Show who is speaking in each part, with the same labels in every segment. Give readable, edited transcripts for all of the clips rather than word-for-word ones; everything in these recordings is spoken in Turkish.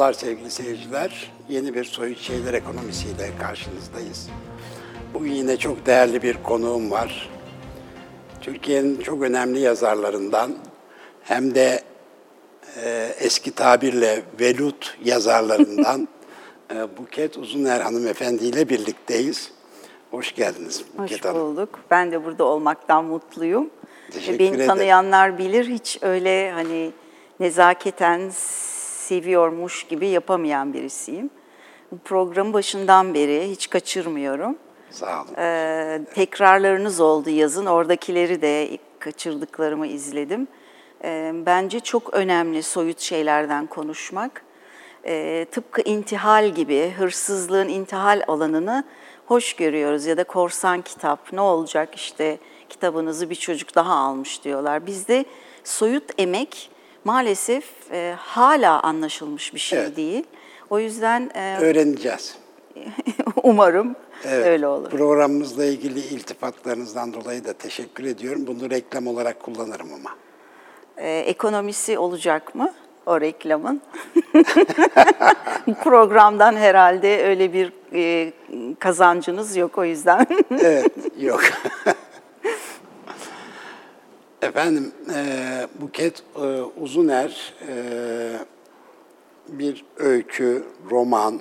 Speaker 1: Merhabalar sevgili seyirciler. Yeni bir Soyut Şeyler Ekonomisiyle karşınızdayız. Bugün yine çok değerli bir konuğum var. Türkiye'nin çok önemli yazarlarından hem de eski tabirle velut yazarlarından Buket Uzuner hanımefendi ile birlikteyiz. Hoş geldiniz Buket Hanım.
Speaker 2: Hoş bulduk. Ben de burada olmaktan mutluyum.
Speaker 1: Teşekkür
Speaker 2: Beni
Speaker 1: ederim.
Speaker 2: tanıyanlar bilir, hiç öyle hani nezaketen seviyormuş gibi yapamayan birisiyim. Bu programın başından beri hiç kaçırmıyorum.
Speaker 1: Sağ olun.
Speaker 2: Tekrarlarınız oldu yazın, oradakileri de kaçırdıklarımı izledim. Bence çok önemli soyut şeylerden konuşmak. Tıpkı intihal gibi, hırsızlığın intihal alanını hoş görüyoruz ya da korsan kitap, ne olacak işte kitabınızı bir çocuk daha almış diyorlar. Bizde soyut emek maalesef hala anlaşılmış bir şey
Speaker 1: Evet.
Speaker 2: değil. O yüzden
Speaker 1: Öğreneceğiz.
Speaker 2: umarım
Speaker 1: Evet,
Speaker 2: öyle olur.
Speaker 1: programımızla ilgili iltifatlarınızdan dolayı da teşekkür ediyorum. Bunu reklam olarak kullanırım ama.
Speaker 2: Ekonomisi olacak mı o reklamın? Programdan herhalde öyle bir kazancınız yok o yüzden.
Speaker 1: Evet, yok. Efendim, Buket Uzuner bir öykü, roman,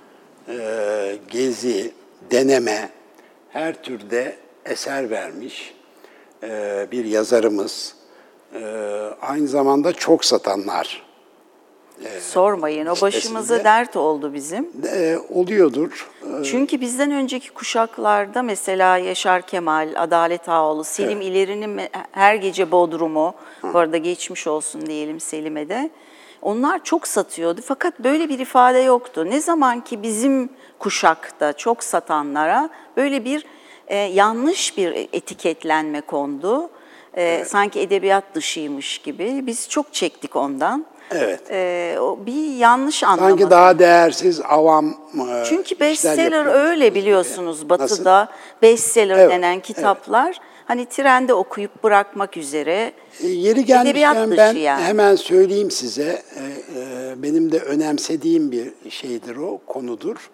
Speaker 1: gezi, deneme, her türde eser vermiş bir yazarımız. Aynı zamanda çok satanlar
Speaker 2: Sormayın, o başımıza
Speaker 1: listesinde.
Speaker 2: dert oldu bizim.
Speaker 1: Oluyordur.
Speaker 2: Çünkü bizden önceki kuşaklarda mesela Yaşar Kemal, Adalet Ağaoğlu, Selim İleri'nin Her Gece Bodrumu, bu arada geçmiş olsun diyelim Selim'e de. Onlar çok satıyordu fakat böyle bir ifade yoktu. Ne zaman ki bizim kuşakta çok satanlara böyle bir yanlış bir etiketlenme kondu. Sanki edebiyat dışıymış gibi. Biz çok çektik ondan.
Speaker 1: Evet.
Speaker 2: O bir yanlış anlama.
Speaker 1: Sanki daha değersiz, avam
Speaker 2: Çünkü
Speaker 1: işler
Speaker 2: bestseller
Speaker 1: yapıyormuş
Speaker 2: öyle
Speaker 1: gibi.
Speaker 2: biliyorsunuz
Speaker 1: Nasıl?
Speaker 2: Batı'da bestseller
Speaker 1: Evet,
Speaker 2: denen kitaplar hani trende okuyup bırakmak üzere
Speaker 1: Yeri gelmişken
Speaker 2: edebiyat
Speaker 1: ben
Speaker 2: dışı yani.
Speaker 1: hemen söyleyeyim size. Benim de önemsediğim bir şeydir o, konudur.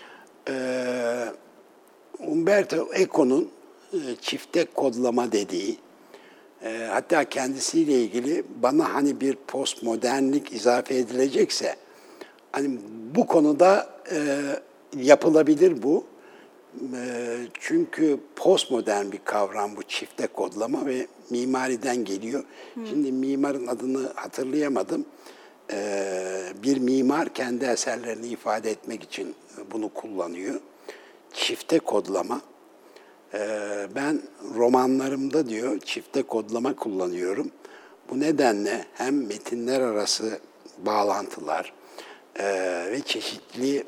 Speaker 1: Umberto Eco'nun çifte kodlama dediği, hatta kendisiyle ilgili bana hani bir postmodernlik izafe edilecekse, hani bu konuda yapılabilir bu. Çünkü postmodern bir kavram bu çifte kodlama ve mimariden geliyor. Şimdi mimarın adını hatırlayamadım. Bir mimar kendi eserlerini ifade etmek için bunu kullanıyor. Çifte kodlama. Ben romanlarımda diyor çifte kodlama kullanıyorum. Bu nedenle hem metinler arası bağlantılar ve çeşitli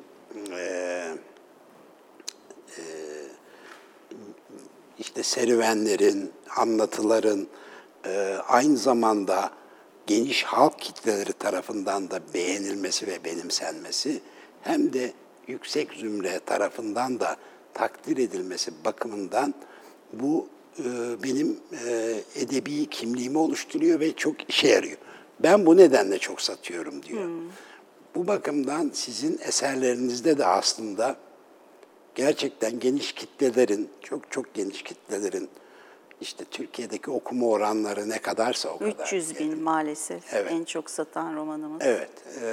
Speaker 1: işte serüvenlerin, anlatıların aynı zamanda geniş halk kitleleri tarafından da beğenilmesi ve benimsenmesi hem de yüksek zümre tarafından da takdir edilmesi bakımından bu benim edebi kimliğimi oluşturuyor ve çok işe yarıyor. Ben bu nedenle çok satıyorum diyor. Bu bakımdan sizin eserlerinizde de aslında gerçekten geniş kitlelerin, çok geniş kitlelerin, işte Türkiye'deki okuma oranları ne kadarsa o kadar.
Speaker 2: 300 bin maalesef
Speaker 1: Evet.
Speaker 2: en çok satan romanımız.
Speaker 1: Evet.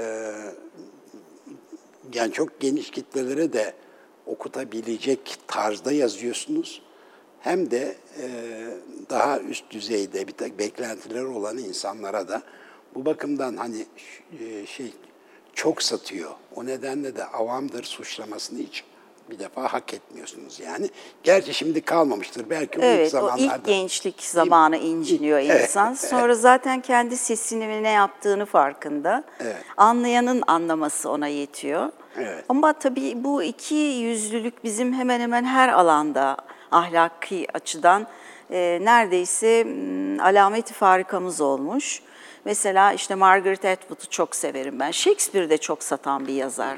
Speaker 1: Yani çok geniş kitlelere de okutabilecek tarzda yazıyorsunuz. Hem de daha üst düzeyde bir beklentileri olan insanlara da bu bakımdan hani çok satıyor. O nedenle de avamdır suçlamasını hiç bir defa hak etmiyorsunuz yani. Gerçi şimdi kalmamıştır. Belki o ilk
Speaker 2: Evet, o
Speaker 1: zamanlarda.
Speaker 2: ilk gençlik zamanı inciniyor insan. Sonra zaten kendi sesini ve ne yaptığını farkında.
Speaker 1: Evet.
Speaker 2: Anlayanın anlaması ona yetiyor.
Speaker 1: Evet.
Speaker 2: Ama tabii bu iki yüzlülük bizim hemen hemen her alanda ahlaki açıdan neredeyse alameti farikamız olmuş. Mesela işte Margaret Atwood'u çok severim ben. Shakespeare de çok satan bir yazar.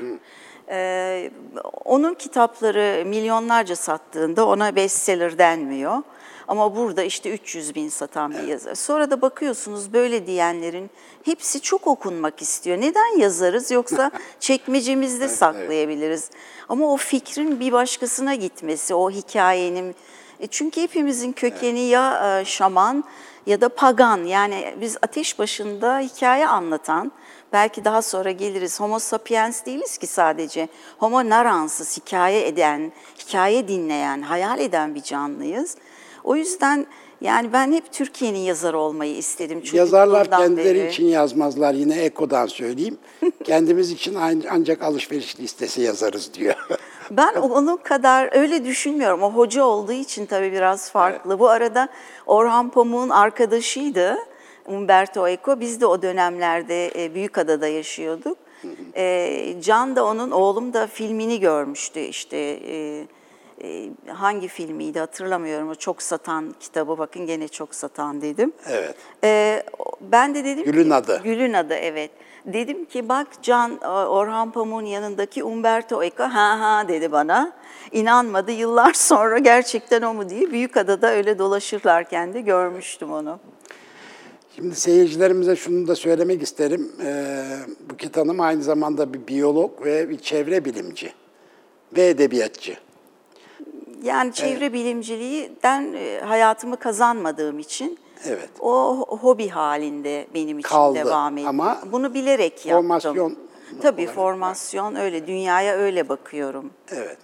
Speaker 2: Onun kitapları milyonlarca sattığında ona bestseller denmiyor. Ama burada işte 300 bin satan bir yazar. Sonra da bakıyorsunuz böyle diyenlerin hepsi çok okunmak istiyor. Neden yazarız? Yoksa çekmecemizde saklayabiliriz. Ama o fikrin bir başkasına gitmesi, o hikayenin... Çünkü hepimizin kökeni ya şaman ya da pagan. Yani biz ateş başında hikaye anlatan, belki daha sonra geliriz. Homo sapiens değiliz ki sadece. Homo narens'ız, hikaye eden, hikaye dinleyen, hayal eden bir canlıyız. O yüzden yani ben hep Türkiye'nin yazarı olmayı istedim.
Speaker 1: Yazarlar kendileri için yazmazlar. Yine Eko'dan söyleyeyim. Kendimiz için ancak alışveriş listesi yazarız diyor.
Speaker 2: Ben onun kadar öyle düşünmüyorum. O hoca olduğu için tabii biraz farklı. Evet. Bu arada Orhan Pamuk'un arkadaşıydı Umberto Eco. Biz de o dönemlerde Büyükada'da yaşıyorduk. Can da oğlum da filmini görmüştü işte. Hangi filmiydi hatırlamıyorum. O çok satan kitabı. Bakın gene çok satan dedim.
Speaker 1: Evet.
Speaker 2: Ben de dedim
Speaker 1: Gül'ün adı.
Speaker 2: Gül'ün adı, evet. Dedim ki bak Can, Orhan Pamuk'un yanındaki Umberto Eco ha dedi bana. İnanmadı, yıllar sonra gerçekten o mu diye Büyükada'da öyle dolaşırlarken de görmüştüm onu.
Speaker 1: Şimdi seyircilerimize şunu da söylemek isterim. Buket Hanım aynı zamanda bir biyolog ve bir çevre bilimci ve edebiyatçı.
Speaker 2: Yani çevre bilimciliğinden hayatımı kazanmadığım için o hobi halinde benim için devam etti. Ama bunu bilerek yaptım.
Speaker 1: Formasyon.
Speaker 2: Tabii formasyon öyle, dünyaya öyle bakıyorum.
Speaker 1: Evet.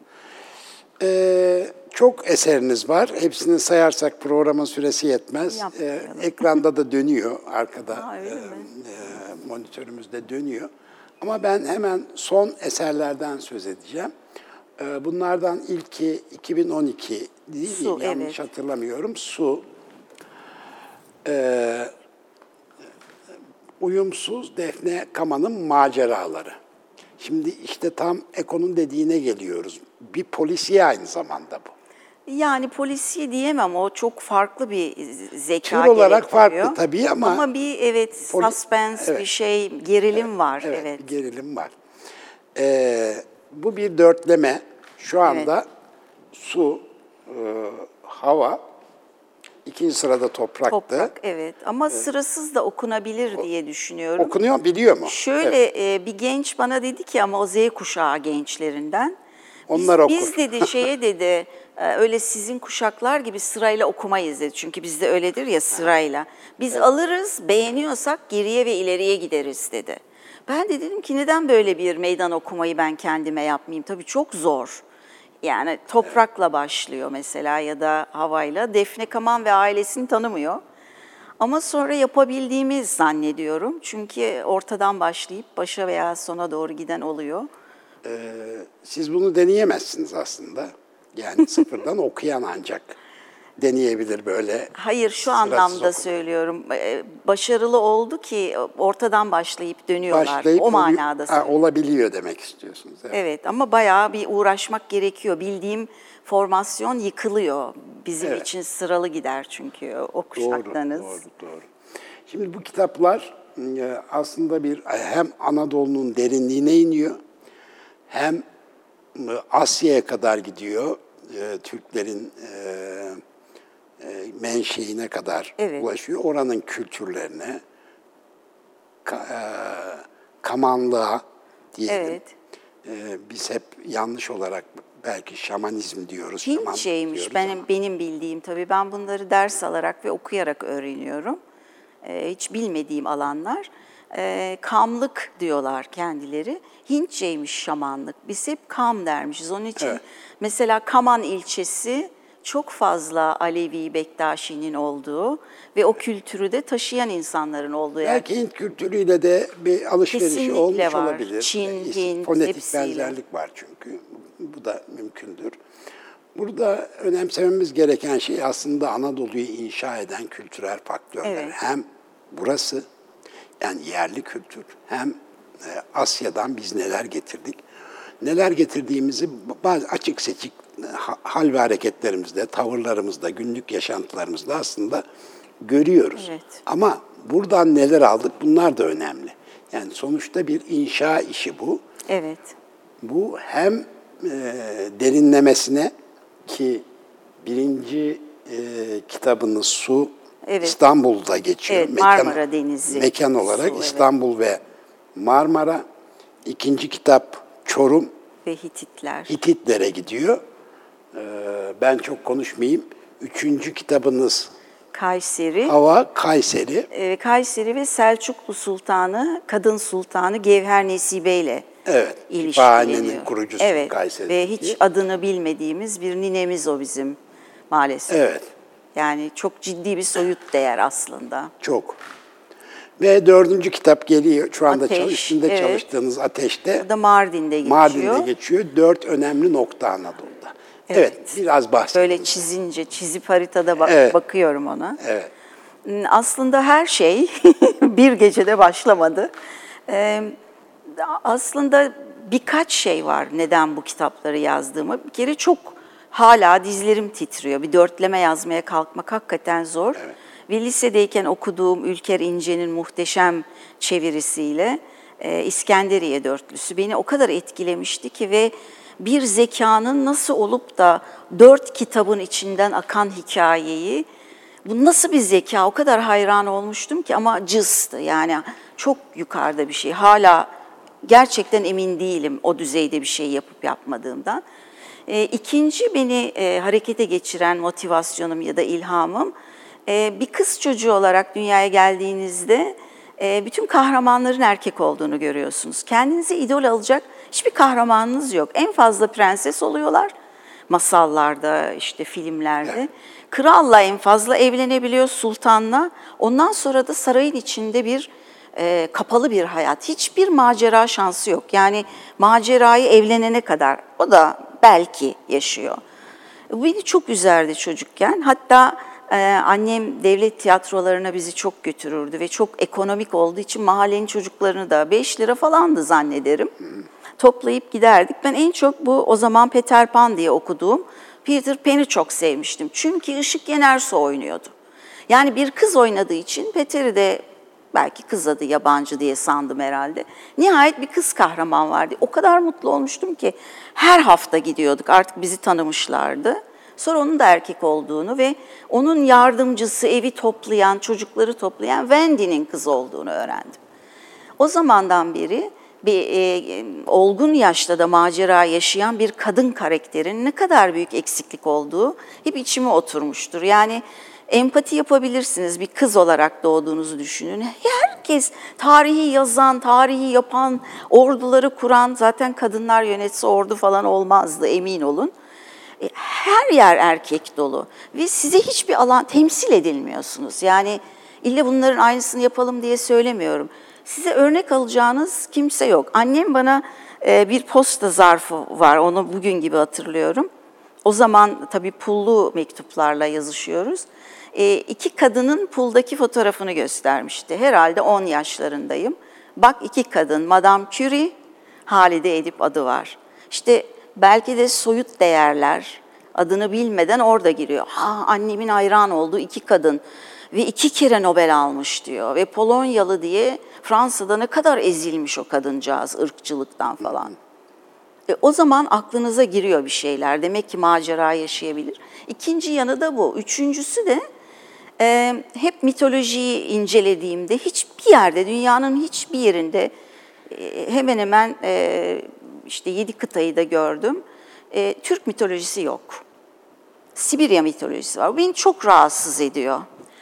Speaker 1: Çok eseriniz var. Hepsini sayarsak programın süresi yetmez. Ekranda da dönüyor arkada. Monitörümüzde dönüyor. Ama ben hemen son eserlerden söz edeceğim. Bunlardan ilki 2012 değil
Speaker 2: Su,
Speaker 1: mi? Yanlış hatırlamıyorum. Su. Uyumsuz Defne Kama'nın maceraları. Şimdi işte tam Eko'nun dediğine geliyoruz. Bir polisiye aynı zamanda bu.
Speaker 2: Yani polisiye diyemem, o çok farklı bir zeka
Speaker 1: tür olarak farklı tabii ama
Speaker 2: bir suspense bir şey, gerilim var.
Speaker 1: Evet, gerilim var. Bu bir dörtleme. Şu anda su, hava, ikinci sırada topraktı.
Speaker 2: Toprak, evet. Ama sırasız da okunabilir diye düşünüyorum.
Speaker 1: Biliyor mu?
Speaker 2: Şöyle bir genç bana dedi ki, ama o Z kuşağı gençlerinden. Biz dedi dedi öyle sizin kuşaklar gibi sırayla okumayız dedi. Çünkü bizde öyledir ya, sırayla. Biz alırız, beğeniyorsak geriye ve ileriye gideriz dedi. Ben de dedim ki neden böyle bir meydan okumayı ben kendime yapmayayım? Tabii çok zor. Yani toprakla başlıyor mesela ya da havayla. Defne Kaman ve ailesini tanımıyor. Ama sonra yapabildiğimi zannediyorum. Çünkü ortadan başlayıp başa veya sona doğru giden oluyor.
Speaker 1: Siz bunu deneyemezsiniz aslında. Yani sıfırdan okuyan ancak deneyebilir böyle.
Speaker 2: Hayır, şu anlamda söylüyorum. Başarılı oldu ki ortadan başlayıp dönüyorlar. O manada söylüyorum.
Speaker 1: Olabiliyor demek istiyorsunuz.
Speaker 2: Evet, ama bayağı bir uğraşmak gerekiyor. Bildiğim formasyon yıkılıyor. Bizim için sıralı gider çünkü o kuşaklarınız.
Speaker 1: Doğru. Şimdi bu kitaplar aslında hem Anadolu'nun derinliğine iniyor, hem Asya'ya kadar gidiyor. Türklerin menşeine kadar ulaşıyor. Oranın kültürlerine, kamanlığa diyelim. Biz hep yanlış olarak belki şamanizm diyoruz.
Speaker 2: Hintçeymiş benim bildiğim tabii. Ben bunları ders alarak ve okuyarak öğreniyorum. Hiç bilmediğim alanlar. Kamlık diyorlar kendileri. Hintçeymiş şamanlık. Biz hep kam dermişiz. Onun için mesela Kaman ilçesi çok fazla Alevi, Bektaşi'nin olduğu ve o kültürü de taşıyan insanların olduğu yer.
Speaker 1: Belki Hint kültürüyle de bir alışverişi olmuş olabilir.
Speaker 2: Çin, Hint,
Speaker 1: fonetik
Speaker 2: hepsiyle.
Speaker 1: benzerlik var çünkü. Bu da mümkündür. Burada önemsememiz gereken şey aslında Anadolu'yu inşa eden kültürel faktörler. Hem burası, yani yerli kültür, hem Asya'dan biz neler getirdik. Neler getirdiğimizi bazı açık seçik hal ve hareketlerimizde, tavırlarımızda, günlük yaşantılarımızda aslında görüyoruz. Ama buradan neler aldık, bunlar da önemli. Yani sonuçta bir inşa işi bu. Bu hem derinlemesine, ki birinci kitabınız Su,
Speaker 2: Evet.
Speaker 1: İstanbul'da geçiyor.
Speaker 2: Evet, Marmara Denizi.
Speaker 1: Mekan olarak
Speaker 2: Su,
Speaker 1: İstanbul ve Marmara. İkinci kitap Çorum,
Speaker 2: ve Hititler.
Speaker 1: Hititlere gidiyor. Ben çok konuşmayayım. Üçüncü kitabınız
Speaker 2: Kayseri.
Speaker 1: Hava, Kayseri.
Speaker 2: Kayseri ve Selçuklu Sultanı, Kadın Sultanı Gevher Nesibe ile
Speaker 1: Evet,
Speaker 2: ilişkileniyor.
Speaker 1: Kütüphanenin kurucusu
Speaker 2: Evet
Speaker 1: Kayseri'deki.
Speaker 2: ve hiç adını bilmediğimiz bir ninemiz o bizim maalesef.
Speaker 1: Evet.
Speaker 2: Yani çok ciddi bir soyut değer aslında.
Speaker 1: Çok. Ve dördüncü kitap geliyor. Şu anda
Speaker 2: Ateş,
Speaker 1: üstünde
Speaker 2: evet.
Speaker 1: çalıştığınız Ateş'te.
Speaker 2: Bu da Mardin'de geçiyor.
Speaker 1: Mardin'de geçiyor. 4 önemli nokta Anadolu'da. Evet, biraz bahsedelim.
Speaker 2: Böyle çizip haritada
Speaker 1: Evet.
Speaker 2: bakıyorum ona.
Speaker 1: Evet.
Speaker 2: Aslında her şey bir gecede başlamadı. Aslında birkaç şey var neden bu kitapları yazdığımı. Bir kere çok hala dizlerim titriyor. Bir dörtleme yazmaya kalkmak hakikaten zor.
Speaker 1: Evet.
Speaker 2: Ve lisedeyken okuduğum Ülker İnce'nin muhteşem çevirisiyle İskenderiye Dörtlüsü beni o kadar etkilemişti ki ve bir zekanın nasıl olup da 4 kitabın içinden akan hikayeyi, bu nasıl bir zeka, o kadar hayran olmuştum ki ama cızdı. Yani çok yukarıda bir şey. Hala gerçekten emin değilim o düzeyde bir şey yapıp yapmadığımdan. İkinci beni harekete geçiren motivasyonum ya da ilhamım, bir kız çocuğu olarak dünyaya geldiğinizde bütün kahramanların erkek olduğunu görüyorsunuz. Kendinize idol alacak hiçbir kahramanınız yok. En fazla prenses oluyorlar masallarda, işte filmlerde. Evet. Kralla en fazla evlenebiliyor, sultanla. Ondan sonra da sarayın içinde bir kapalı bir hayat. Hiçbir macera şansı yok. Yani macerayı evlenene kadar o da belki yaşıyor. Bu beni çok üzerdi çocukken. Hatta annem devlet tiyatrolarına bizi çok götürürdü ve çok ekonomik olduğu için mahallenin çocuklarını da 5 lira falandı zannederim. Toplayıp giderdik. Ben en çok bu o zaman Peter Pan diye okuduğum Peter Pan'i çok sevmiştim. Çünkü Işık Yenersoy oynuyordu. Yani bir kız oynadığı için Peter'i de belki kız adı yabancı diye sandım herhalde. Nihayet bir kız kahraman vardı. O kadar mutlu olmuştum ki her hafta gidiyorduk. Artık bizi tanımışlardı. Sonra onun da erkek olduğunu ve onun yardımcısı, evi toplayan, çocukları toplayan Wendy'nin kızı olduğunu öğrendim. O zamandan beri bir olgun yaşta da macera yaşayan bir kadın karakterin ne kadar büyük eksiklik olduğu hep içime oturmuştur. Yani empati yapabilirsiniz, bir kız olarak doğduğunuzu düşünün. Herkes tarihi yazan, tarihi yapan, orduları kuran, zaten kadınlar yönetse ordu falan olmazdı, emin olun. Her yer erkek dolu ve size hiçbir alan temsil edilmiyorsunuz. Yani illa bunların aynısını yapalım diye söylemiyorum. Size örnek alacağınız kimse yok. Annem bana bir posta zarfı var, onu bugün gibi hatırlıyorum. O zaman tabii pullu mektuplarla yazışıyoruz. 2 kadının puldaki fotoğrafını göstermişti. Herhalde 10 yaşlarındayım. Bak 2 kadın, Madame Curie, Halide Edip adı var. İşte belki de soyut değerler adını bilmeden orada giriyor. Annemin hayran olduğu 2 kadın ve 2 kere Nobel almış diyor. Ve Polonyalı diye Fransa'da ne kadar ezilmiş o kadıncağız ırkçılıktan falan. O zaman aklınıza giriyor bir şeyler. Demek ki macera yaşayabilir. İkinci yanı da bu. Üçüncüsü de hep mitolojiyi incelediğimde hiçbir yerde, dünyanın hiçbir yerinde hemen hemen işte 7 kıtayı da gördüm. Türk mitolojisi yok. Sibirya mitolojisi var. Bu beni çok rahatsız ediyor.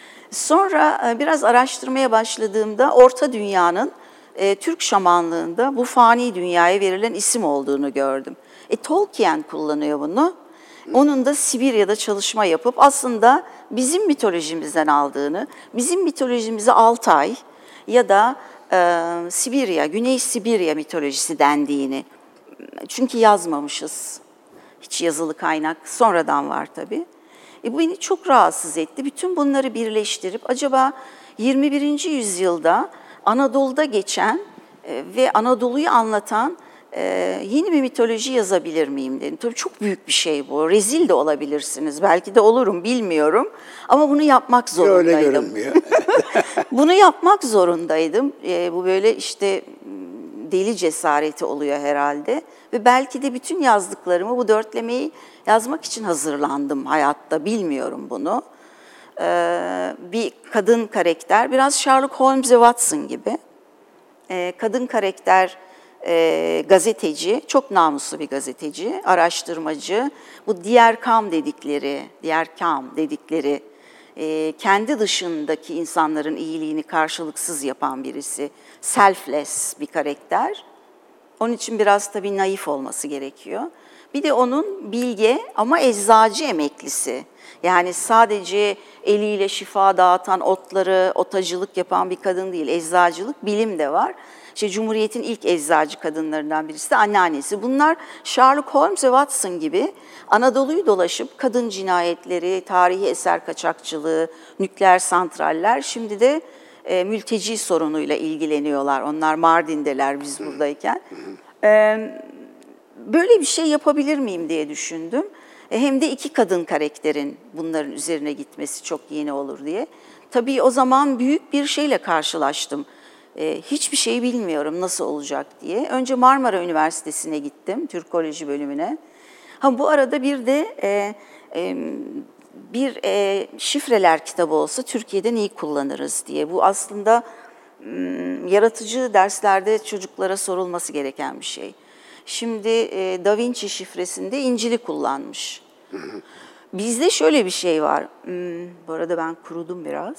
Speaker 2: Sonra biraz araştırmaya başladığımda Orta Dünya'nın Türk şamanlığında bu fani dünyaya verilen isim olduğunu gördüm. Tolkien kullanıyor bunu. Onun da Sibirya'da çalışma yapıp aslında bizim mitolojimizden aldığını, bizim mitolojimize Altay ya da Sibirya, Güney Sibirya mitolojisi dendiğini. Çünkü yazmamışız. Hiç yazılı kaynak sonradan var tabii. Bu beni çok rahatsız etti. Bütün bunları birleştirip acaba 21. yüzyılda Anadolu'da geçen ve Anadolu'yu anlatan yeni bir mitoloji yazabilir miyim dedim. Tabii çok büyük bir şey bu. Rezil de olabilirsiniz. Belki de olurum, bilmiyorum. Ama bunu yapmak zorundaydım.
Speaker 1: Öyle görünmüyor.
Speaker 2: Bunu yapmak zorundaydım. Bu böyle işte deli cesareti oluyor herhalde. Ve belki de bütün yazdıklarımı bu dörtlemeyi yazmak için hazırlandım hayatta, bilmiyorum bunu. Bir kadın karakter, biraz Sherlock Holmes ve Watson gibi. Kadın karakter gazeteci, çok namuslu bir gazeteci, araştırmacı. Bu diğer kam dedikleri kendi dışındaki insanların iyiliğini karşılıksız yapan birisi. Selfless bir karakter. Onun için biraz tabii naif olması gerekiyor. Bir de onun bilge ama eczacı emeklisi. Yani sadece eliyle şifa dağıtan, otacılık yapan bir kadın değil. Eczacılık, bilim de var. İşte Cumhuriyet'in ilk eczacı kadınlarından birisi de anneannesi. Bunlar Sherlock Holmes ve Watson gibi Anadolu'yu dolaşıp kadın cinayetleri, tarihi eser kaçakçılığı, nükleer santraller, şimdi de mülteci sorunuyla ilgileniyorlar. Onlar Mardin'deler biz buradayken. Böyle bir şey yapabilir miyim diye düşündüm. Hem de iki kadın karakterin bunların üzerine gitmesi çok yeni olur diye. Tabii o zaman büyük bir şeyle karşılaştım. Hiçbir şey bilmiyorum nasıl olacak diye. Önce Marmara Üniversitesi'ne gittim, Türkoloji bölümüne. Bu arada bir de şifreler kitabı olsa Türkiye'de neyi kullanırız diye. Bu aslında yaratıcı derslerde çocuklara sorulması gereken bir şey. Şimdi Da Vinci şifresinde İncil'i kullanmış. Bizde şöyle bir şey var. Bu arada ben kurudum biraz.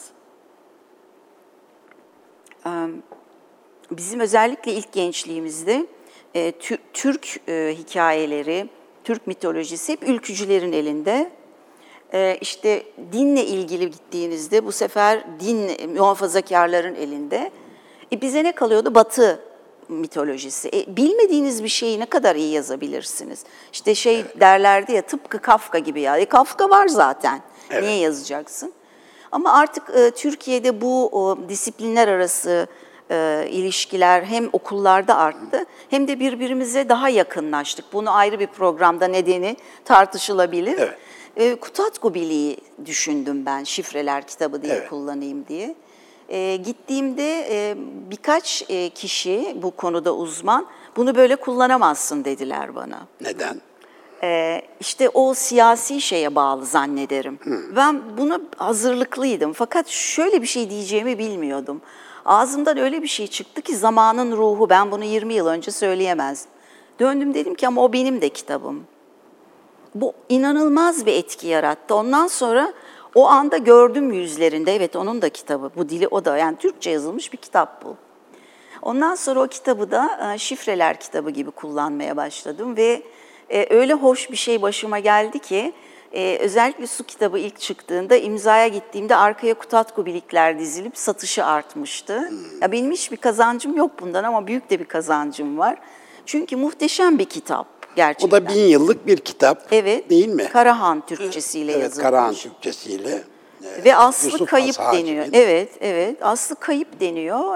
Speaker 2: Bizim özellikle ilk gençliğimizde Türk hikayeleri, Türk mitolojisi hep ülkücülerin elinde. İşte dinle ilgili gittiğinizde bu sefer din muhafazakarların elinde. Bize ne kalıyordu? Batı mitolojisi. Bilmediğiniz bir şeyi ne kadar iyi yazabilirsiniz? İşte derlerdi ya, tıpkı Kafka gibi ya. Kafka var zaten. Evet. Niye yazacaksın? Ama artık Türkiye'de bu disiplinler arası ilişkiler hem okullarda arttı hem de birbirimize daha yakınlaştık. Bunu ayrı bir programda nedeni tartışılabilir. Evet. Kutatku Bili'yi düşündüm ben, şifreler kitabı diye kullanayım diye. Gittiğimde birkaç kişi bu konuda uzman, bunu böyle kullanamazsın dediler bana.
Speaker 1: Neden?
Speaker 2: İşte o siyasi şeye bağlı zannederim. Ben buna hazırlıklıydım fakat şöyle bir şey diyeceğimi bilmiyordum. Ağzımdan öyle bir şey çıktı ki zamanın ruhu, ben bunu 20 yıl önce söyleyemezdim. Döndüm dedim ki ama o benim de kitabım. Bu inanılmaz bir etki yarattı. Ondan sonra o anda gördüm yüzlerinde, evet onun da kitabı, bu dili o da, yani Türkçe yazılmış bir kitap bu. Ondan sonra o kitabı da şifreler kitabı gibi kullanmaya başladım ve öyle hoş bir şey başıma geldi ki özellikle su kitabı ilk çıktığında imzaya gittiğimde arkaya Kutatku Bilikler dizilip satışı artmıştı. Ya benim hiçbir kazancım yok bundan ama büyük de bir kazancım var. Çünkü muhteşem bir kitap gerçekten.
Speaker 1: O da 1000 yıllık bir kitap, evet, değil mi?
Speaker 2: Karahan Türkçesiyle yazılmış.
Speaker 1: Evet, Karahan Türkçesiyle.
Speaker 2: Ve aslı kayıp deniyor. Evet, aslı kayıp deniyor.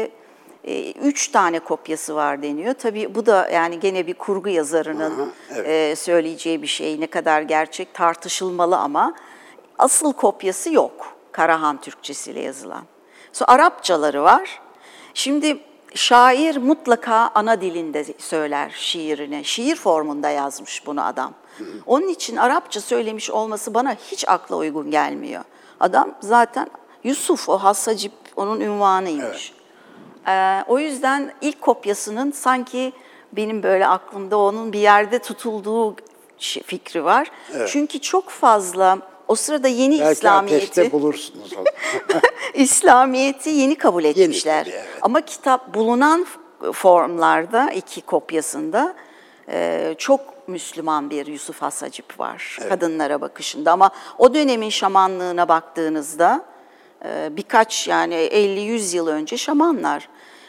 Speaker 2: 3 tane kopyası var deniyor. Tabii bu da yani gene bir kurgu yazarının söyleyeceği bir şey. Ne kadar gerçek tartışılmalı ama asıl kopyası yok. Karahan Türkçesiyle yazılan. Sonra Arapçaları var. Şimdi şair mutlaka ana dilinde söyler şiirini. Şiir formunda yazmış bunu adam. Onun için Arapça söylemiş olması bana hiç akla uygun gelmiyor. Adam zaten Yusuf, o Hassacip onun ünvanıymış. Evet. O yüzden ilk kopyasının sanki benim böyle aklımda onun bir yerde tutulduğu fikri var. Evet. Çünkü çok fazla o sırada yeni belki İslamiyet'i... Belki ateşte bulursunuz onu. İslamiyet'i yeni kabul etmişler. Yeni, evet. Ama kitap bulunan formlarda, iki kopyasında çok Müslüman bir Yusuf Hassacip var, evet, kadınlara bakışında. Ama o dönemin şamanlığına baktığınızda birkaç, yani 50-100 yıl önce şamanlar.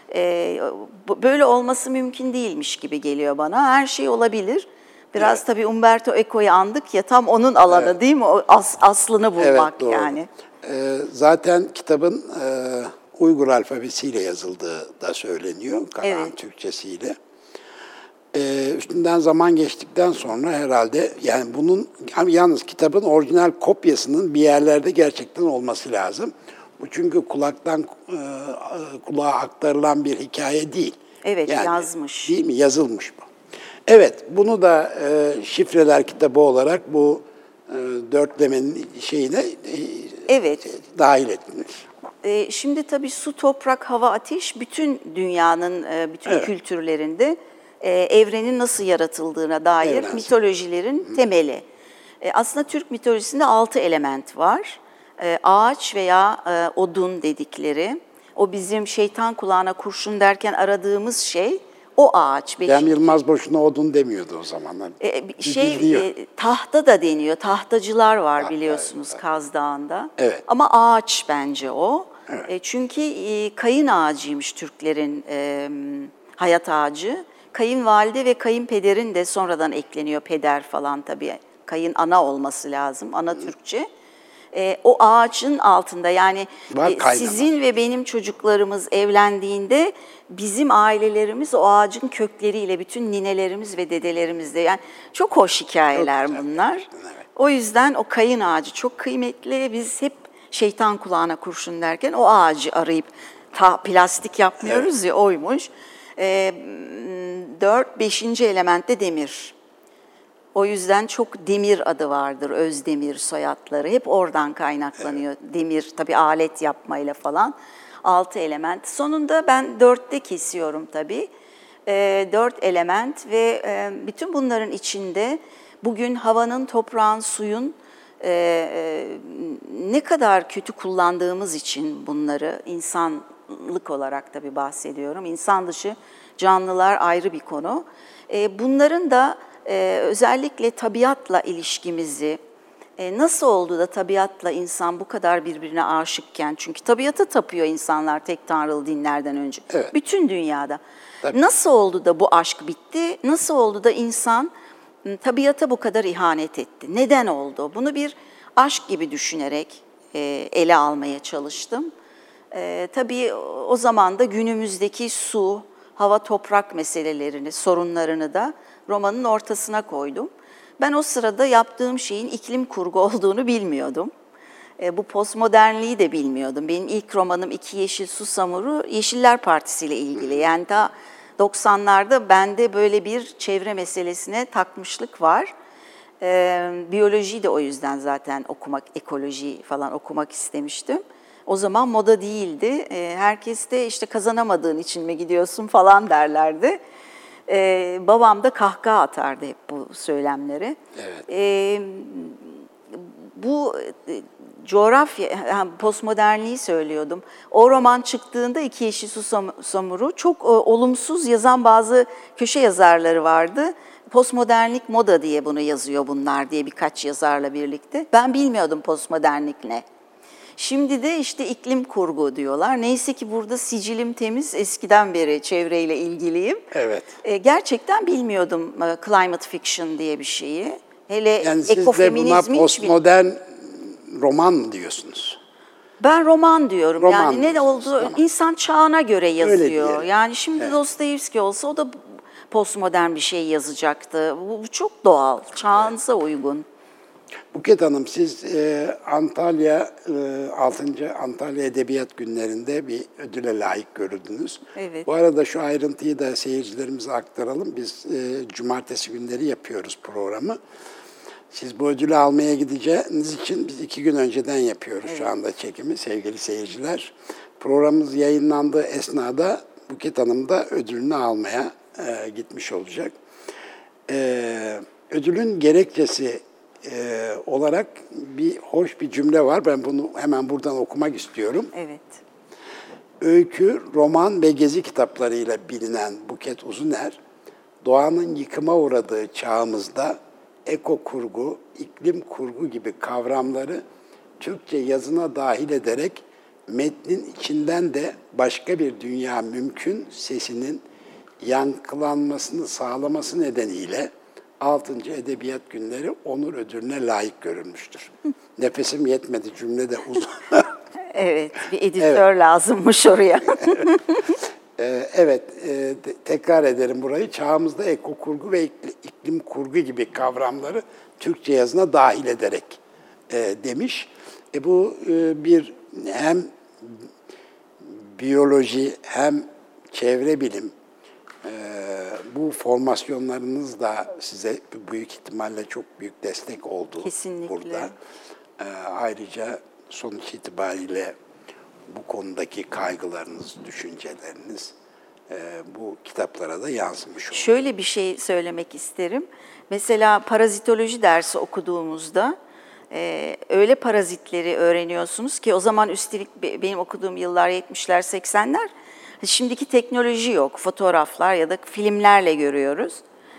Speaker 2: Böyle olması mümkün değilmiş gibi geliyor bana. Her şey olabilir. Biraz evet, tabii Umberto Eco'yu andık ya, tam onun alanı, evet, değil mi? O aslını bulmak, evet, yani.
Speaker 1: Zaten kitabın Uygur alfabesiyle yazıldığı da söyleniyor, Karahan, evet, Türkçesiyle. Üstünden zaman geçtikten sonra herhalde, yani bunun, yalnız kitabın orijinal kopyasının bir yerlerde gerçekten olması lazım. Bu çünkü kulaktan kulağa aktarılan bir hikaye değil.
Speaker 2: Evet, yazmış.
Speaker 1: Değil mi? Yazılmış bu. Evet, bunu da şifreler kitabı olarak bu dörtlemenin şeyine dahil etmiş.
Speaker 2: Şimdi tabii su, toprak, hava, ateş bütün dünyanın, bütün kültürlerinde evrenin nasıl yaratıldığına dair mitolojilerin temeli. Aslında Türk mitolojisinde 6 element var. Ağaç veya odun dedikleri, o bizim şeytan kulağına kurşun derken aradığımız şey, o ağaç.
Speaker 1: Cem Yılmaz boşuna odun demiyordu o zamanlar.
Speaker 2: Tahta da deniyor. Tahtacılar var biliyorsunuz Kaz Dağı'nda.
Speaker 1: Evet.
Speaker 2: Ama ağaç bence o.
Speaker 1: Evet.
Speaker 2: Çünkü kayın ağacıymış Türklerin hayat ağacı. Kayınvalide ve kayınpederin de sonradan ekleniyor, peder falan tabii. Kayın ana olması lazım, ana Türkçe. O ağacın altında, yani sizin ve benim çocuklarımız evlendiğinde bizim ailelerimiz o ağacın kökleriyle, bütün ninelerimiz ve dedelerimiz de, yani çok hoş hikayeler bunlar. Evet. O yüzden o kayın ağacı çok kıymetli. Biz hep şeytan kulağına kurşun derken o ağacı arayıp plastik yapmıyoruz ya, oymuş. 5. element de demir. O yüzden çok Demir adı vardır, Özdemir soyadları. Hep oradan kaynaklanıyor. Evet. Demir, tabii alet yapmayla falan. 6 element. Sonunda ben 4'te kesiyorum tabii. 4 element ve bütün bunların içinde bugün havanın, toprağın, suyun ne kadar kötü kullandığımız için bunları, insanlık olarak tabii bahsediyorum. İnsan dışı canlılar ayrı bir konu. Bunların da özellikle tabiatla ilişkimizi, nasıl oldu da tabiatla insan bu kadar birbirine aşıkken, çünkü tabiata tapıyor insanlar tek tanrılı dinlerden önce, evet. Bütün dünyada. Tabii. Nasıl oldu da bu aşk bitti, nasıl oldu da insan tabiata bu kadar ihanet etti, neden oldu? Bunu bir aşk gibi düşünerek ele almaya çalıştım. Tabii o zaman da günümüzdeki su, hava, toprak meselelerini, sorunlarını da romanın ortasına koydum. Ben o sırada yaptığım şeyin iklim kurgu olduğunu bilmiyordum. Bu postmodernliği de bilmiyordum. Benim ilk romanım İki Yeşil Susamuru, Yeşiller Partisi ile ilgili. Yani daha 90'larda bende böyle bir çevre meselesine takmışlık var. Biyolojiyi de o yüzden zaten okumak, ekoloji falan okumak istemiştim. O zaman moda değildi. Herkes de işte kazanamadığın için mi gidiyorsun falan derlerdi. Babam da kahkaha atardı hep bu söylemleri. Evet. Bu coğrafya, postmodernliği söylüyordum. O roman çıktığında İki Yeşil Susamuru çok olumsuz yazan bazı köşe yazarları vardı. Postmodernlik moda diye bunu yazıyor bunlar diye birkaç yazarla birlikte. Ben bilmiyordum postmodernlik ne. Şimdi de işte iklim kurgu diyorlar. Neyse ki burada sicilim temiz, eskiden beri çevreyle ilgiliyim. Evet. Gerçekten bilmiyordum climate fiction diye bir şeyi. Hele
Speaker 1: yani siz de buna postmodern roman mı diyorsunuz?
Speaker 2: Ben roman diyorum. Roman yani ne oldu? Tamam. İnsan çağına göre yazıyor. Yani şimdi evet. Dostoyevski olsa o da postmodern bir şey yazacaktı. Bu çok doğal, çağınıza uygun.
Speaker 1: Buket Hanım, siz Antalya 6. Antalya Edebiyat Günleri'nde bir ödüle layık görüldünüz. Evet. Bu arada şu ayrıntıyı da seyircilerimize aktaralım. Biz cumartesi günleri yapıyoruz programı. Siz bu ödülü almaya gideceğiniz için biz 2 gün önceden yapıyoruz evet. Şu anda çekimi sevgili seyirciler. Programımız yayınlandığı esnada Buket Hanım da ödülünü almaya gitmiş olacak. Ödülün gerekçesi olarak hoş bir cümle var. Ben bunu hemen buradan okumak istiyorum. Evet. Öykü, roman ve gezi kitaplarıyla bilinen Buket Uzuner, doğanın yıkıma uğradığı çağımızda ekokurgu, iklim kurgu gibi kavramları Türkçe yazına dahil ederek metnin içinden de başka bir dünya mümkün sesinin yankılanmasını sağlaması nedeniyle 6. Edebiyat Günleri Onur Ödülü'ne layık görülmüştür. Nefesim yetmedi, cümle de uzun.
Speaker 2: Evet, bir editör evet. Lazımmış oraya.
Speaker 1: Evet, tekrar ederim burayı. Çağımızda ekokurgu ve iklim kurgu gibi kavramları Türkçe yazına dahil ederek demiş. Bu bir hem biyoloji hem çevre bilim Bu formasyonlarınız da size büyük ihtimalle çok büyük destek oldu.
Speaker 2: Kesinlikle.
Speaker 1: Burada. Ayrıca sonuç itibariyle bu konudaki kaygılarınız, düşünceleriniz bu kitaplara da yansımış oldu.
Speaker 2: Şöyle bir şey söylemek isterim. Mesela parazitoloji dersi okuduğumuzda öyle parazitleri öğreniyorsunuz ki o zaman üstelik benim okuduğum yıllar 70'ler 80'ler. Şimdiki teknoloji yok. Fotoğraflar ya da filmlerle görüyoruz.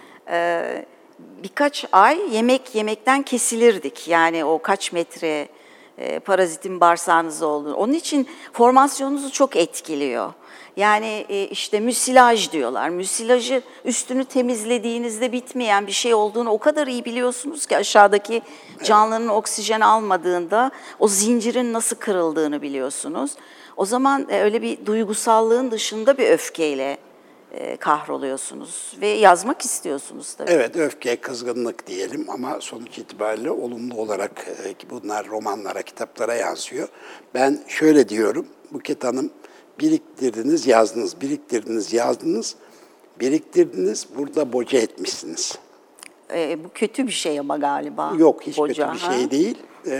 Speaker 2: Birkaç ay yemekten kesilirdik. Yani o kaç metre parazitin bağırsağınızda olduğunu. Onun için formasyonunuzu çok etkiliyor. Yani işte müsilaj diyorlar. Müsilajı üstünü temizlediğinizde bitmeyen bir şey olduğunu o kadar iyi biliyorsunuz ki aşağıdaki canlının oksijen almadığında o zincirin nasıl kırıldığını biliyorsunuz. O zaman öyle bir duygusallığın dışında bir öfkeyle kahroluyorsunuz ve yazmak istiyorsunuz tabii.
Speaker 1: Evet, öfke, kızgınlık diyelim ama sonuç itibariyle olumlu olarak bunlar romanlara, kitaplara yansıyor. Ben şöyle diyorum, Buket Hanım, biriktirdiniz, yazdınız, biriktirdiniz, yazdınız, biriktirdiniz, burada boca etmişsiniz.
Speaker 2: Bu kötü bir şey ama galiba.
Speaker 1: Yok, hiç
Speaker 2: boca,
Speaker 1: kötü bir şey değil.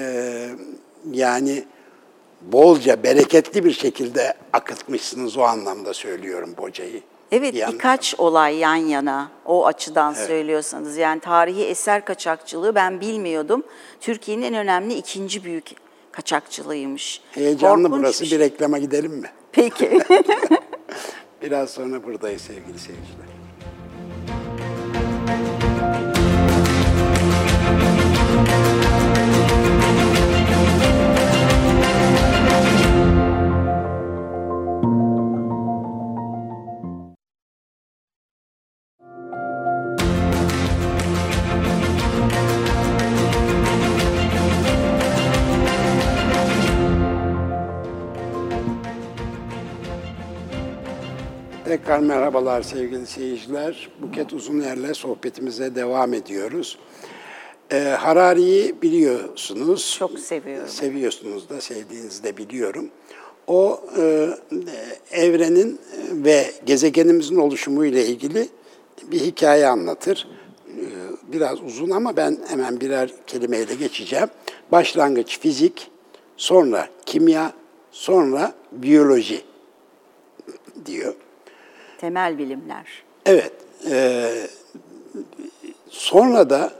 Speaker 1: Yani bolca, bereketli bir şekilde akıtmışsınız, o anlamda söylüyorum bocayı.
Speaker 2: Evet, birkaç olay yan yana o açıdan söylüyorsanız. Yani tarihi eser kaçakçılığı ben bilmiyordum. Türkiye'nin en önemli ikinci büyük kaçakçılığıymış.
Speaker 1: Heyecanlı
Speaker 2: Korkunç
Speaker 1: burası, bir reklama gidelim mi?
Speaker 2: Peki.
Speaker 1: Biraz sonra buradayız sevgili seyirciler. Tekrar merhabalar sevgili seyirciler. Buket Uzuner'le sohbetimize devam ediyoruz. Harari'yi biliyorsunuz.
Speaker 2: Çok seviyorum.
Speaker 1: Seviyorsunuz da, sevdiğinizi de biliyorum. O evrenin ve gezegenimizin oluşumu ile ilgili bir hikaye anlatır. Biraz uzun ama ben hemen birer kelimeyle geçeceğim. Başlangıç fizik, sonra kimya, sonra biyoloji diyor.
Speaker 2: Temel bilimler.
Speaker 1: Evet. Sonra da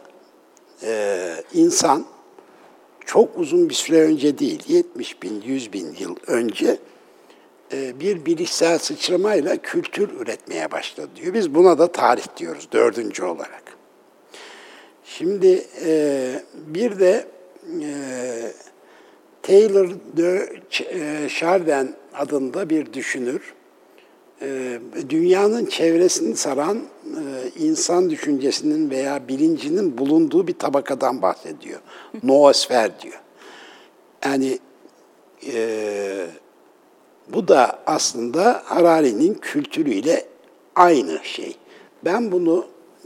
Speaker 1: insan çok uzun bir süre önce değil, 70 bin, 100 bin yıl önce bir bilişsel sıçramayla kültür üretmeye başladı diyor. Biz buna da tarih diyoruz, dördüncü olarak. Şimdi bir de Taylor de Chardin adında bir düşünür, dünyanın çevresini saran insan düşüncesinin veya bilincinin bulunduğu bir tabakadan bahsediyor. Noosfer diyor. Yani bu da aslında Harari'nin kültürüyle aynı şey. Ben bunu,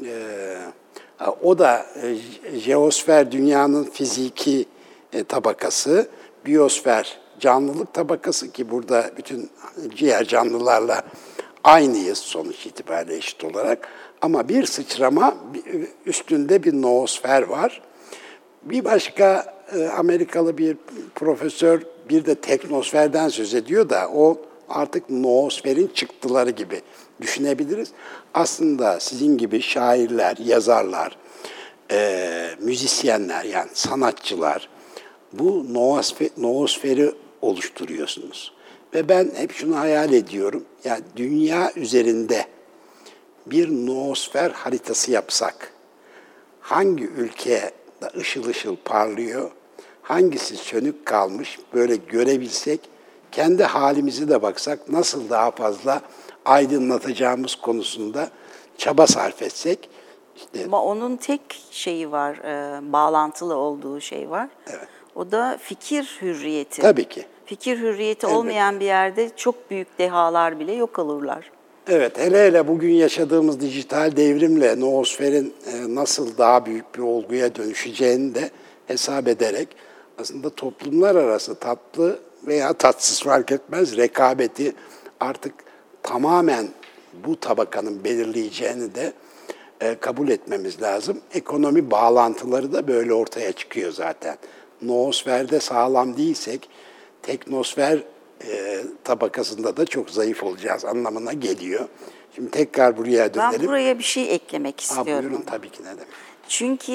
Speaker 1: o da jeosfer dünyanın fiziki tabakası, biyosfer canlılık tabakası ki burada bütün diğer canlılarla aynıyız sonuç itibariyle eşit olarak. Ama bir sıçrama üstünde bir noosfer var. Bir başka Amerikalı bir profesör bir de teknosferden söz ediyor da o artık noosferin çıktıları gibi düşünebiliriz. Aslında sizin gibi şairler, yazarlar, müzisyenler yani sanatçılar bu noosferi oluşturuyorsunuz. Ve ben hep şunu hayal ediyorum. Yani dünya üzerinde bir noosfer haritası yapsak, hangi ülke ışıl ışıl parlıyor, hangisi sönük kalmış böyle görebilsek, kendi halimizi de baksak nasıl daha fazla aydınlatacağımız konusunda çaba sarf etsek. İşte,
Speaker 2: ama onun tek şeyi var, bağlantılı olduğu şey var.
Speaker 1: Evet.
Speaker 2: O da fikir hürriyeti.
Speaker 1: Tabii ki.
Speaker 2: Fikir hürriyeti
Speaker 1: Evet.
Speaker 2: olmayan bir yerde çok büyük dehalar bile yok olurlar.
Speaker 1: Evet, hele bugün yaşadığımız dijital devrimle noosferin nasıl daha büyük bir olguya dönüşeceğini de hesap ederek aslında toplumlar arası tatlı veya tatsız fark etmez rekabeti artık tamamen bu tabakanın belirleyeceğini de kabul etmemiz lazım. Ekonomi bağlantıları da böyle ortaya çıkıyor zaten. Noosferde sağlam değilsek teknosfer tabakasında da çok zayıf olacağız anlamına geliyor. Şimdi tekrar buraya dönelim.
Speaker 2: Ben buraya bir şey eklemek istiyorum.
Speaker 1: Buyurun, tabii ki, ne demek.
Speaker 2: Çünkü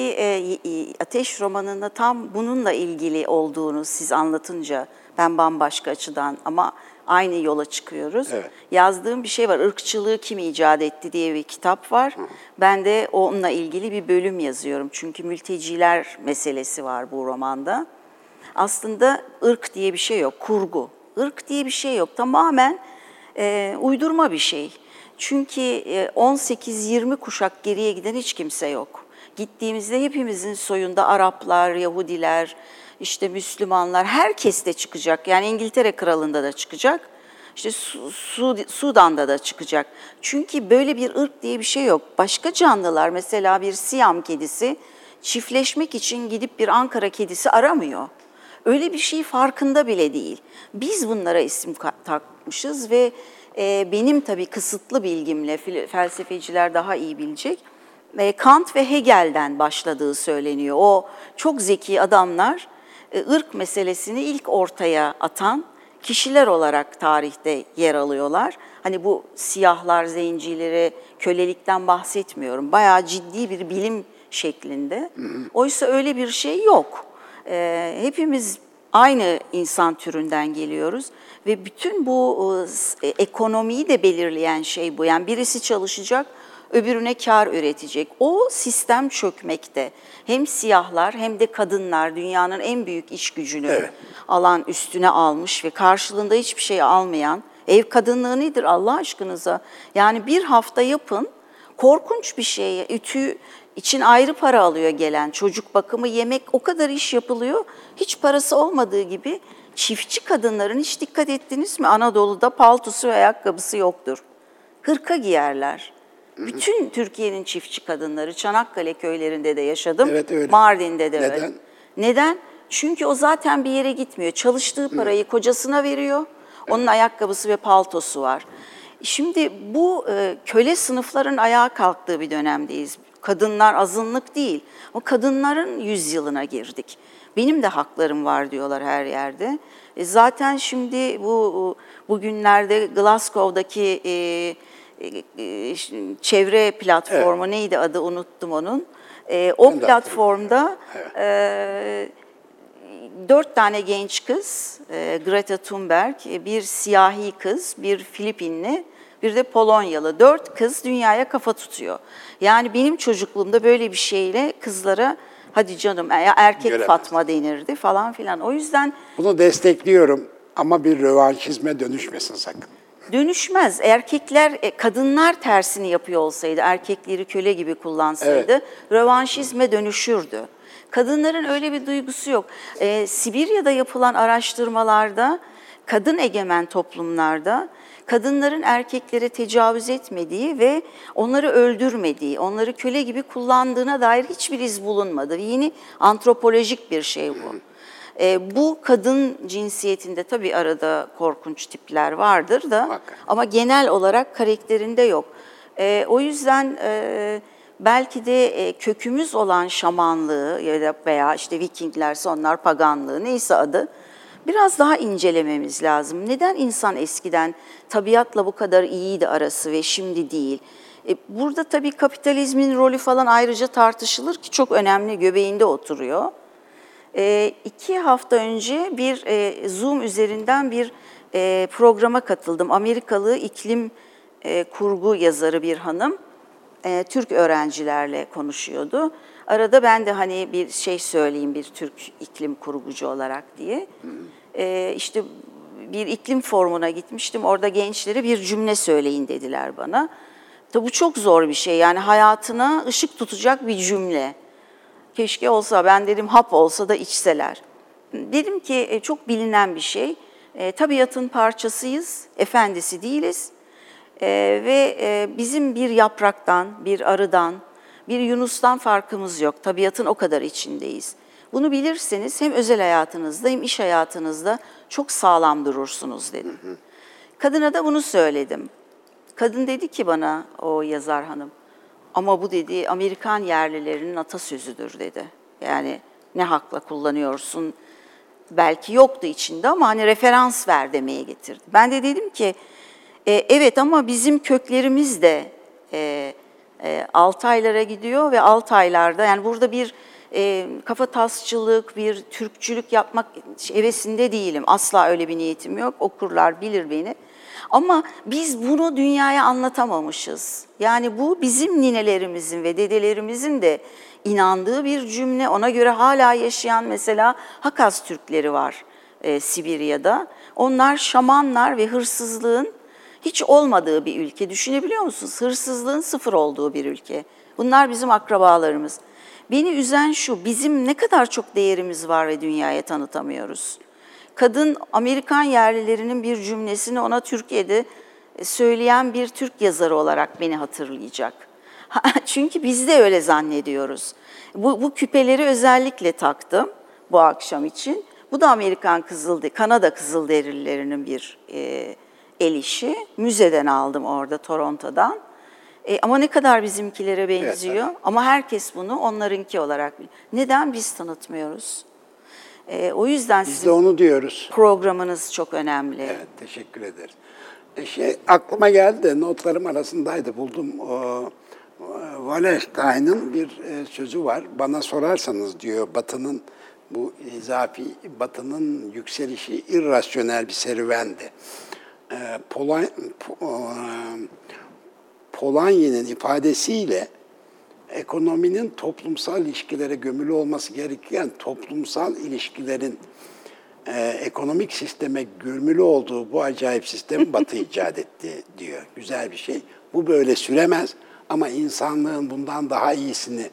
Speaker 2: Ateş romanında tam bununla ilgili olduğunu siz anlatınca ben bambaşka açıdan ama aynı yola çıkıyoruz.
Speaker 1: Evet.
Speaker 2: Yazdığım bir şey var. Irkçılığı Kim İcat Etti diye bir kitap var. Ben de onunla ilgili bir bölüm yazıyorum. Çünkü mülteciler meselesi var bu romanda. Aslında ırk diye bir şey yok, kurgu. Irk diye bir şey yok. Tamamen uydurma bir şey. Çünkü 18-20 kuşak geriye giden hiç kimse yok. Gittiğimizde hepimizin soyunda Araplar, Yahudiler, işte Müslümanlar, herkes de çıkacak. Yani İngiltere Kralı'nda da çıkacak, işte Sudan'da da çıkacak. Çünkü böyle bir ırk diye bir şey yok. Başka canlılar, mesela bir Siyam kedisi çiftleşmek için gidip bir Ankara kedisi aramıyor. Öyle bir şey farkında bile değil. Biz bunlara isim takmışız ve benim tabii kısıtlı bilgimle, felsefeciler daha iyi bilecek, Kant ve Hegel'den başladığı söyleniyor. O çok zeki adamlar ırk meselesini ilk ortaya atan kişiler olarak tarihte yer alıyorlar. Hani bu siyahlar, zencileri, kölelikten bahsetmiyorum. Bayağı ciddi bir bilim şeklinde. Oysa öyle bir şey yok. Hepimiz aynı insan türünden geliyoruz ve bütün bu ekonomiyi de belirleyen şey bu. Yani birisi çalışacak, öbürüne kar üretecek. O sistem çökmekte. Hem siyahlar hem de kadınlar dünyanın en büyük iş gücünü alan, üstüne almış ve karşılığında hiçbir şey almayan. Ev kadınlığı nedir Allah aşkınıza? Yani bir hafta yapın, korkunç bir şey. Ütü için ayrı para alıyor gelen, çocuk bakımı, yemek, o kadar iş yapılıyor. Hiç parası olmadığı gibi çiftçi kadınların, hiç dikkat ettiniz mi? Anadolu'da paltosu ve ayakkabısı yoktur. Hırka giyerler. Bütün Türkiye'nin çiftçi kadınları, Çanakkale köylerinde de yaşadım,
Speaker 1: Evet, öyle.
Speaker 2: Mardin'de de
Speaker 1: Neden?
Speaker 2: öyle. Neden? Çünkü o zaten bir yere gitmiyor. Çalıştığı parayı kocasına veriyor, onun ayakkabısı ve paltosu var. Şimdi bu köle sınıfların ayağa kalktığı bir dönemdeyiz. Kadınlar azınlık değil, o kadınların yüzyılına girdik. Benim de haklarım var diyorlar her yerde. Zaten şimdi bugünlerde Glasgow'daki çevre platformu, neydi adı, unuttum onun. O platformda 4 tane genç kız, Greta Thunberg, bir siyahi kız, bir Filipinli, bir de Polonyalı. 4 kız dünyaya kafa tutuyor. Yani benim çocukluğumda böyle bir şeyle kızlara hadi canım erkek
Speaker 1: Göremez.
Speaker 2: Fatma denirdi falan filan. O yüzden
Speaker 1: bunu destekliyorum ama bir rövanşizme dönüşmesin sakın.
Speaker 2: dönüşmez. Erkekler, kadınlar tersini yapıyor olsaydı, erkekleri köle gibi kullansaydı rövanşizme dönüşürdü. Kadınların öyle bir duygusu yok. Sibirya'da yapılan araştırmalarda, kadın egemen toplumlarda kadınların erkeklere tecavüz etmediği ve onları öldürmediği, onları köle gibi kullandığına dair hiçbir iz bulunmadı. Yeni antropolojik bir şey bu. Bu kadın cinsiyetinde tabii arada korkunç tipler vardır da ama genel olarak karakterinde yok. O yüzden belki de kökümüz olan şamanlığı veya işte Vikinglerse onlar paganlığı, neyse adı, biraz daha incelememiz lazım. Neden insan eskiden tabiatla bu kadar iyiydi arası ve şimdi değil? Burada tabii kapitalizmin rolü falan ayrıca tartışılır ki çok önemli, göbeğinde oturuyor. 2 hafta önce bir Zoom üzerinden bir programa katıldım. Amerikalı iklim kurgu yazarı bir hanım, Türk öğrencilerle konuşuyordu. Arada ben de hani bir şey söyleyeyim bir Türk iklim kurgucu olarak diye. İşte bir iklim forumuna gitmiştim. Orada gençlere bir cümle söyleyin dediler bana. Tabii bu çok zor bir şey. Yani hayatına ışık tutacak bir cümle. Keşke olsa, ben dedim hap olsa da içseler. Dedim ki çok bilinen bir şey. Tabiatın parçasıyız, efendisi değiliz. Ve bizim bir yapraktan, bir arıdan, bir yunustan farkımız yok. Tabiatın o kadar içindeyiz. Bunu bilirseniz hem özel hayatınızda hem iş hayatınızda çok sağlam durursunuz dedim. Kadına da bunu söyledim. Kadın dedi ki bana, o yazar hanım, ama bu dedi Amerikan yerlilerinin atasözüdür dedi. Yani ne hakla kullanıyorsun? Belki yoktu içinde ama hani referans ver demeye getirdi. Ben de dedim ki evet ama bizim köklerimiz de Altaylara gidiyor ve Altaylarda yani burada bir kafatasçılık, bir Türkçülük yapmak hevesinde değilim. Asla öyle bir niyetim yok. Okurlar bilir beni. Ama biz bunu dünyaya anlatamamışız. Yani bu bizim ninelerimizin ve dedelerimizin de inandığı bir cümle. Ona göre hala yaşayan mesela Hakaz Türkleri var Sibirya'da. Onlar şamanlar ve hırsızlığın hiç olmadığı bir ülke. Düşünebiliyor musunuz? Hırsızlığın sıfır olduğu bir ülke. Bunlar bizim akrabalarımız. Beni üzen şu, bizim ne kadar çok değerimiz var ve dünyaya tanıtamıyoruz. Kadın Amerikan yerlilerinin bir cümlesini ona Türkiye'de söyleyen bir Türk yazarı olarak beni hatırlayacak. Çünkü biz de öyle zannediyoruz. Bu küpeleri özellikle taktım bu akşam için. Bu da Kanada Kızılderililerinin bir el işi. Müzeden aldım orada, Toronto'dan. Ama ne kadar bizimkilere benziyor. Evet. Ama herkes bunu onlarınki olarak biliyor. Neden biz tanıtmıyoruz? O yüzden
Speaker 1: biz de onu diyoruz.
Speaker 2: Programınız çok önemli.
Speaker 1: Evet, teşekkür ederiz. Aklıma geldi de notlarım arasındaydı, buldum. Wallerstein'ın bir sözü var. Bana sorarsanız diyor, Batı'nın bu izafi Batı'nın yükselişi irrasyonel bir serüvendi. Polanyi'nin ifadesiyle ekonominin toplumsal ilişkilere gömülü olması gereken toplumsal ilişkilerin ekonomik sisteme gömülü olduğu bu acayip sistemi Batı icat etti diyor. Güzel bir şey. Bu böyle süremez ama insanlığın bundan daha iyisini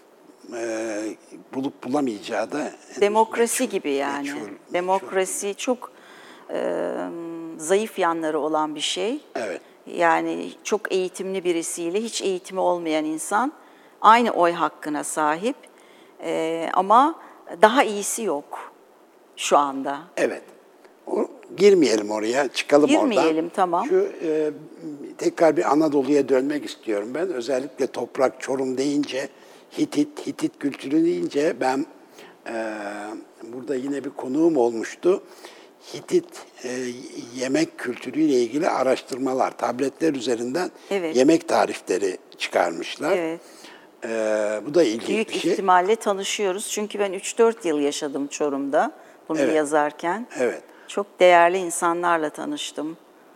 Speaker 1: bulup bulamayacağı da
Speaker 2: demokrasi gibi yani. Demokrasi çok zayıf yanları olan bir şey.
Speaker 1: Evet.
Speaker 2: Yani çok eğitimli birisiyle hiç eğitimi olmayan insan aynı oy hakkına sahip ama daha iyisi yok şu anda.
Speaker 1: Evet. Girmeyelim oraya, çıkalım oradan.
Speaker 2: Girmeyelim, tamam.
Speaker 1: Tekrar bir Anadolu'ya dönmek istiyorum ben. Özellikle toprak, Çorum deyince, Hitit kültürü deyince ben burada yine bir konuğum olmuştu. Hitit yemek kültürüyle ilgili araştırmalar, tabletler üzerinden yemek tarifleri çıkarmışlar.
Speaker 2: Evet.
Speaker 1: Bu da ilginç
Speaker 2: bir şey. Büyük ihtimalle tanışıyoruz. Çünkü ben 3-4 yıl yaşadım Çorum'da bunu yazarken.
Speaker 1: Evet.
Speaker 2: Çok değerli insanlarla tanıştım.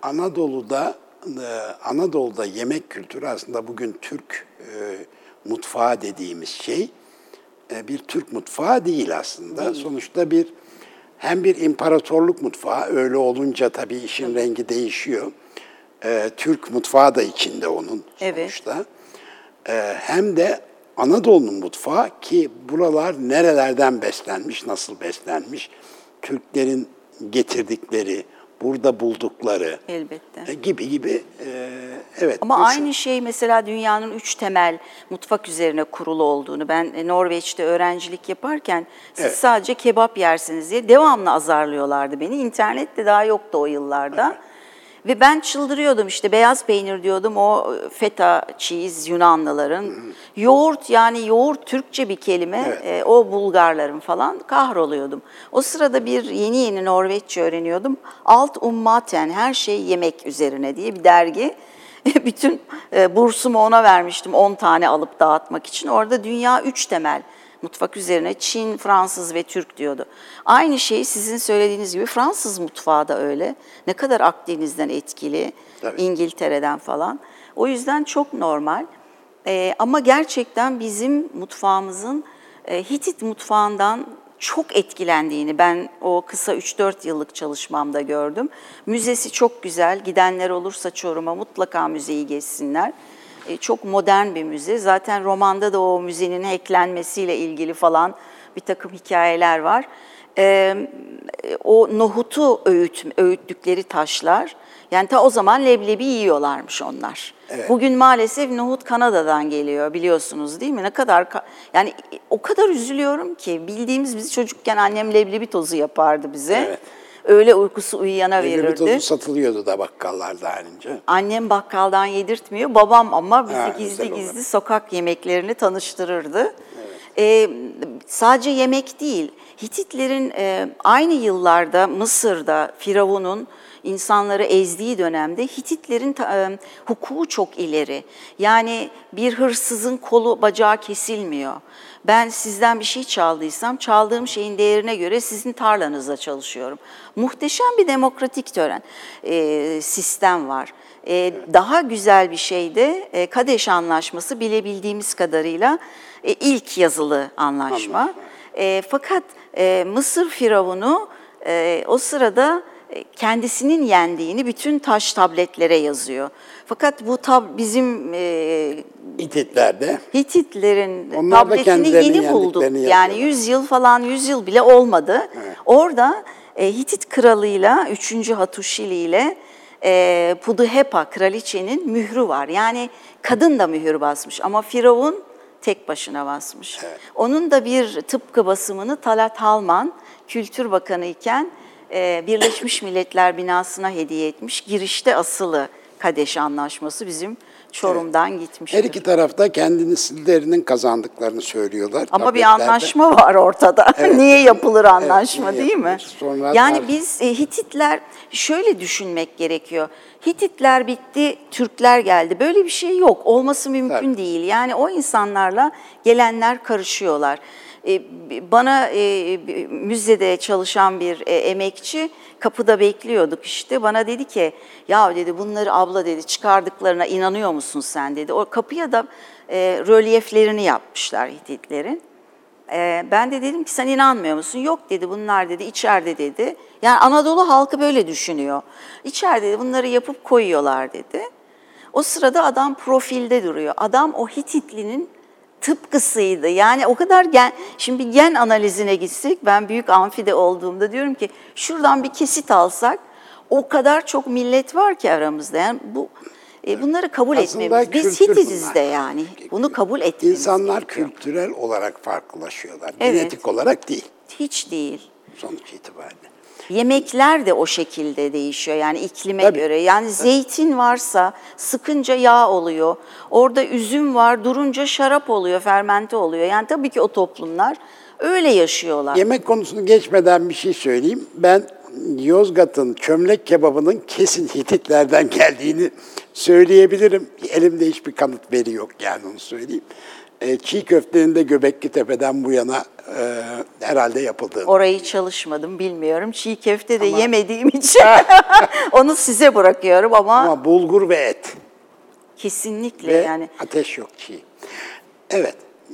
Speaker 1: Anadolu'da yemek kültürü aslında bugün Türk mutfağı dediğimiz şey bir Türk mutfağı değil aslında. Değil. Sonuçta hem bir imparatorluk mutfağı, öyle olunca tabii işin rengi değişiyor. Türk mutfağı da içinde onun sonuçta. Hem de Anadolu'nun mutfağı ki buralar nerelerden beslenmiş, nasıl beslenmiş, Türklerin getirdikleri, burada buldukları
Speaker 2: elbette
Speaker 1: gibi evet.
Speaker 2: Ama aynı şey mesela dünyanın 3 temel mutfak üzerine kurulu olduğunu ben Norveç'te öğrencilik yaparken siz sadece kebap yersiniz diye devamlı azarlıyorlardı beni. İnternette daha yoktu o yıllarda. Evet. Ve ben çıldırıyordum işte beyaz peynir diyordum o feta cheese Yunanlıların. Yoğurt yani yoğurt Türkçe bir kelime o Bulgarların falan kahroluyordum. O sırada yeni Norveççe öğreniyordum. Alt Ummaten her şey yemek üzerine diye bir dergi. Bütün bursumu ona vermiştim 10 tane alıp dağıtmak için. Orada dünya 3 temel mutfak üzerine Çin, Fransız ve Türk diyordu. Aynı şey sizin söylediğiniz gibi Fransız mutfağı da öyle. Ne kadar Akdeniz'den etkili, tabii. İngiltere'den falan. O yüzden çok normal. Ama gerçekten bizim mutfağımızın Hitit mutfağından çok etkilendiğini ben o kısa 3-4 yıllık çalışmamda gördüm. Müzesi çok güzel. Gidenler olursa Çorum'a mutlaka müzeyi gezsinler. Çok modern bir müze. Zaten romanda da o müzenin hacklenmesiyle ilgili falan bir takım hikayeler var. O nohutu öğüttükleri taşlar, yani ta o zaman leblebi yiyorlarmış onlar. Evet. Bugün maalesef nohut Kanada'dan geliyor biliyorsunuz değil mi? Ne kadar yani o kadar üzülüyorum ki bildiğimiz biz çocukken annem leblebi tozu yapardı bize. Evet. öğle uykusu uyuyana
Speaker 1: Leblebi tozu
Speaker 2: verirdi.
Speaker 1: satılıyordu da bakkallarda önce.
Speaker 2: Annem bakkaldan yedirtmiyor, babam ama bizi
Speaker 1: Ha,
Speaker 2: gizli
Speaker 1: güzel olur.
Speaker 2: gizli sokak yemeklerini tanıştırırdı. Sadece yemek değil, Hititlerin aynı yıllarda Mısır'da Firavun'un insanları ezdiği dönemde Hititlerin hukuku çok ileri. Yani bir hırsızın kolu bacağı kesilmiyor. Ben sizden bir şey çaldıysam çaldığım şeyin değerine göre sizin tarlanızda çalışıyorum. Muhteşem bir demokratik sistem var. Daha güzel bir şey de Kadeş Anlaşması bilebildiğimiz kadarıyla ilk yazılı anlaşma. Fakat Mısır Firavunu o sırada kendisinin yendiğini bütün taş tabletlere yazıyor. Fakat bu bizim Hititlerin
Speaker 1: onlar
Speaker 2: tabletini yeni bulduk. Yani 100 yıl falan 100 yıl bile olmadı. Evet. Orada Hitit kralıyla 3. Hatuşili ile Puduhepa kraliçenin mührü var. Yani kadın da mühür basmış ama Firavun tek başına basmış. Evet. Onun da bir tıpkı basımını Talat Halman Kültür Bakanı iken Birleşmiş Milletler binasına hediye etmiş. Girişte asılı Kadeş Anlaşması bizim Çorum'dan gitmiştir.
Speaker 1: Her iki tarafta kendi nesillerinin kazandıklarını söylüyorlar.
Speaker 2: Ama bir anlaşma var ortada. Evet. Niye yapılır anlaşma, evet, değil mi?
Speaker 1: Sonra
Speaker 2: yani biz Hititler şöyle düşünmek gerekiyor. Hititler bitti, Türkler geldi. Böyle bir şey yok. Olması mümkün değil. Yani o insanlarla gelenler karışıyorlar. Bana müzede çalışan bir emekçi kapıda bekliyorduk işte. Bana dedi ki ya dedi bunları abla dedi çıkardıklarına inanıyor musun sen dedi. O kapıya da rölyeflerini yapmışlar Hititlerin. Ben de dedim ki sen inanmıyor musun? Yok dedi bunlar dedi içeride dedi. Yani Anadolu halkı böyle düşünüyor. İçeride dedi bunları yapıp koyuyorlar dedi. O sırada adam profilde duruyor. Adam o Hititlinin tıpkısıydı. Yani o kadar şimdi bir gen analizine gitsek, ben büyük amfide olduğumda diyorum ki şuradan bir kesit alsak o kadar çok millet var ki aramızda. Yani bunları kabul etmemiz. Biz Hitiziz de yani. Bunu kabul etmemiz
Speaker 1: İnsanlar
Speaker 2: gerekiyor.
Speaker 1: Kültürel olarak farklılaşıyorlar.
Speaker 2: Evet.
Speaker 1: Genetik olarak değil.
Speaker 2: Hiç değil.
Speaker 1: Sonuç itibariyle.
Speaker 2: Yemekler de o şekilde değişiyor yani iklime göre. Yani zeytin varsa sıkınca yağ oluyor. Orada üzüm var, durunca şarap oluyor, fermente oluyor. Yani tabii ki o toplumlar öyle yaşıyorlar.
Speaker 1: Yemek konusunu geçmeden bir şey söyleyeyim. Ben Yozgat'ın çömlek kebabının kesin Hititlerden geldiğini söyleyebilirim. Elimde hiçbir kanıt veri yok yani onu söyleyeyim. Çiğ köftenin de Göbeklitepe'den bu yana herhalde yapıldığını.
Speaker 2: Orayı çalışmadım, bilmiyorum. Çiğ köfte de yemediğim için onu size bırakıyorum ama
Speaker 1: bulgur ve et.
Speaker 2: Kesinlikle
Speaker 1: ve
Speaker 2: yani.
Speaker 1: Ateş yok çiğ. Evet.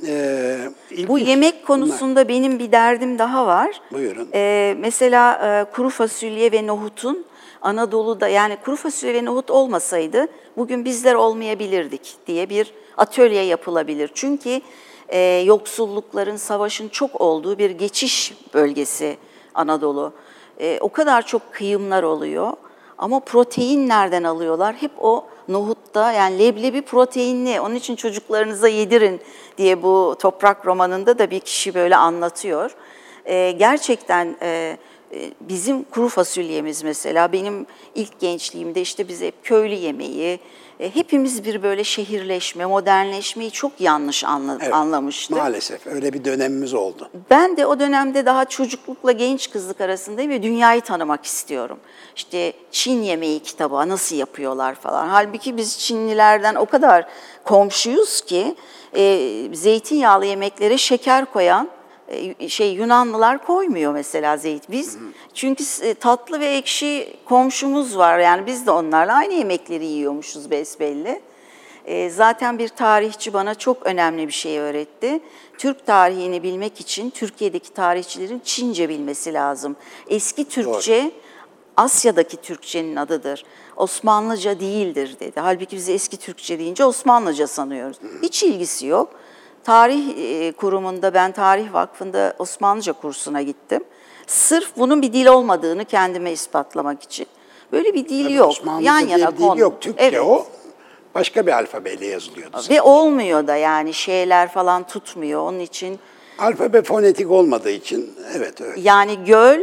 Speaker 2: Bu yemek konusunda benim bir derdim daha var.
Speaker 1: Buyurun.
Speaker 2: Mesela kuru fasulye ve nohutun Anadolu'da yani kuru fasulye ve nohut olmasaydı bugün bizler olmayabilirdik diye bir atölye yapılabilir. Çünkü yoksullukların, savaşın çok olduğu bir geçiş bölgesi Anadolu. O kadar çok kıyımlar oluyor ama protein nereden alıyorlar? Hep o nohutta yani leblebi proteinli. Onun için çocuklarınıza yedirin diye bu Toprak romanında da bir kişi böyle anlatıyor. Gerçekten bizim kuru fasulyemiz mesela benim ilk gençliğimde işte biz hep köylü yemeği, hepimiz bir böyle şehirleşme, modernleşmeyi çok yanlış anlamıştık.
Speaker 1: Maalesef öyle bir dönemimiz oldu.
Speaker 2: Ben de o dönemde daha çocuklukla genç kızlık arasındayım ve dünyayı tanımak istiyorum. İşte Çin yemeği kitabı nasıl yapıyorlar falan. Halbuki biz Çinlilerden o kadar komşuyuz ki zeytinyağlı yemeklere şeker koyan Yunanlılar koymuyor mesela biz. Çünkü tatlı ve ekşi komşumuz var. Yani biz de onlarla aynı yemekleri yiyormuşuz besbelli. Zaten bir tarihçi bana çok önemli bir şey öğretti. Türk tarihini bilmek için Türkiye'deki tarihçilerin Çince bilmesi lazım. Eski Türkçe, Asya'daki Türkçenin adıdır. Osmanlıca değildir dedi. Halbuki biz eski Türkçe deyince Osmanlıca sanıyoruz. Hiç ilgisi yok. Tarih kurumunda, ben Tarih Vakfı'nda Osmanlıca kursuna gittim. Sırf bunun bir dil olmadığını kendime ispatlamak için. Böyle bir dil yok.
Speaker 1: Osmanlıca yan yana bir dil yok. Türkçe o. Başka bir alfabeyle yazılıyordu.
Speaker 2: Ve olmuyor da yani şeyler falan tutmuyor. Onun için...
Speaker 1: Alfabe fonetik olmadığı için evet öyle.
Speaker 2: Yani göl,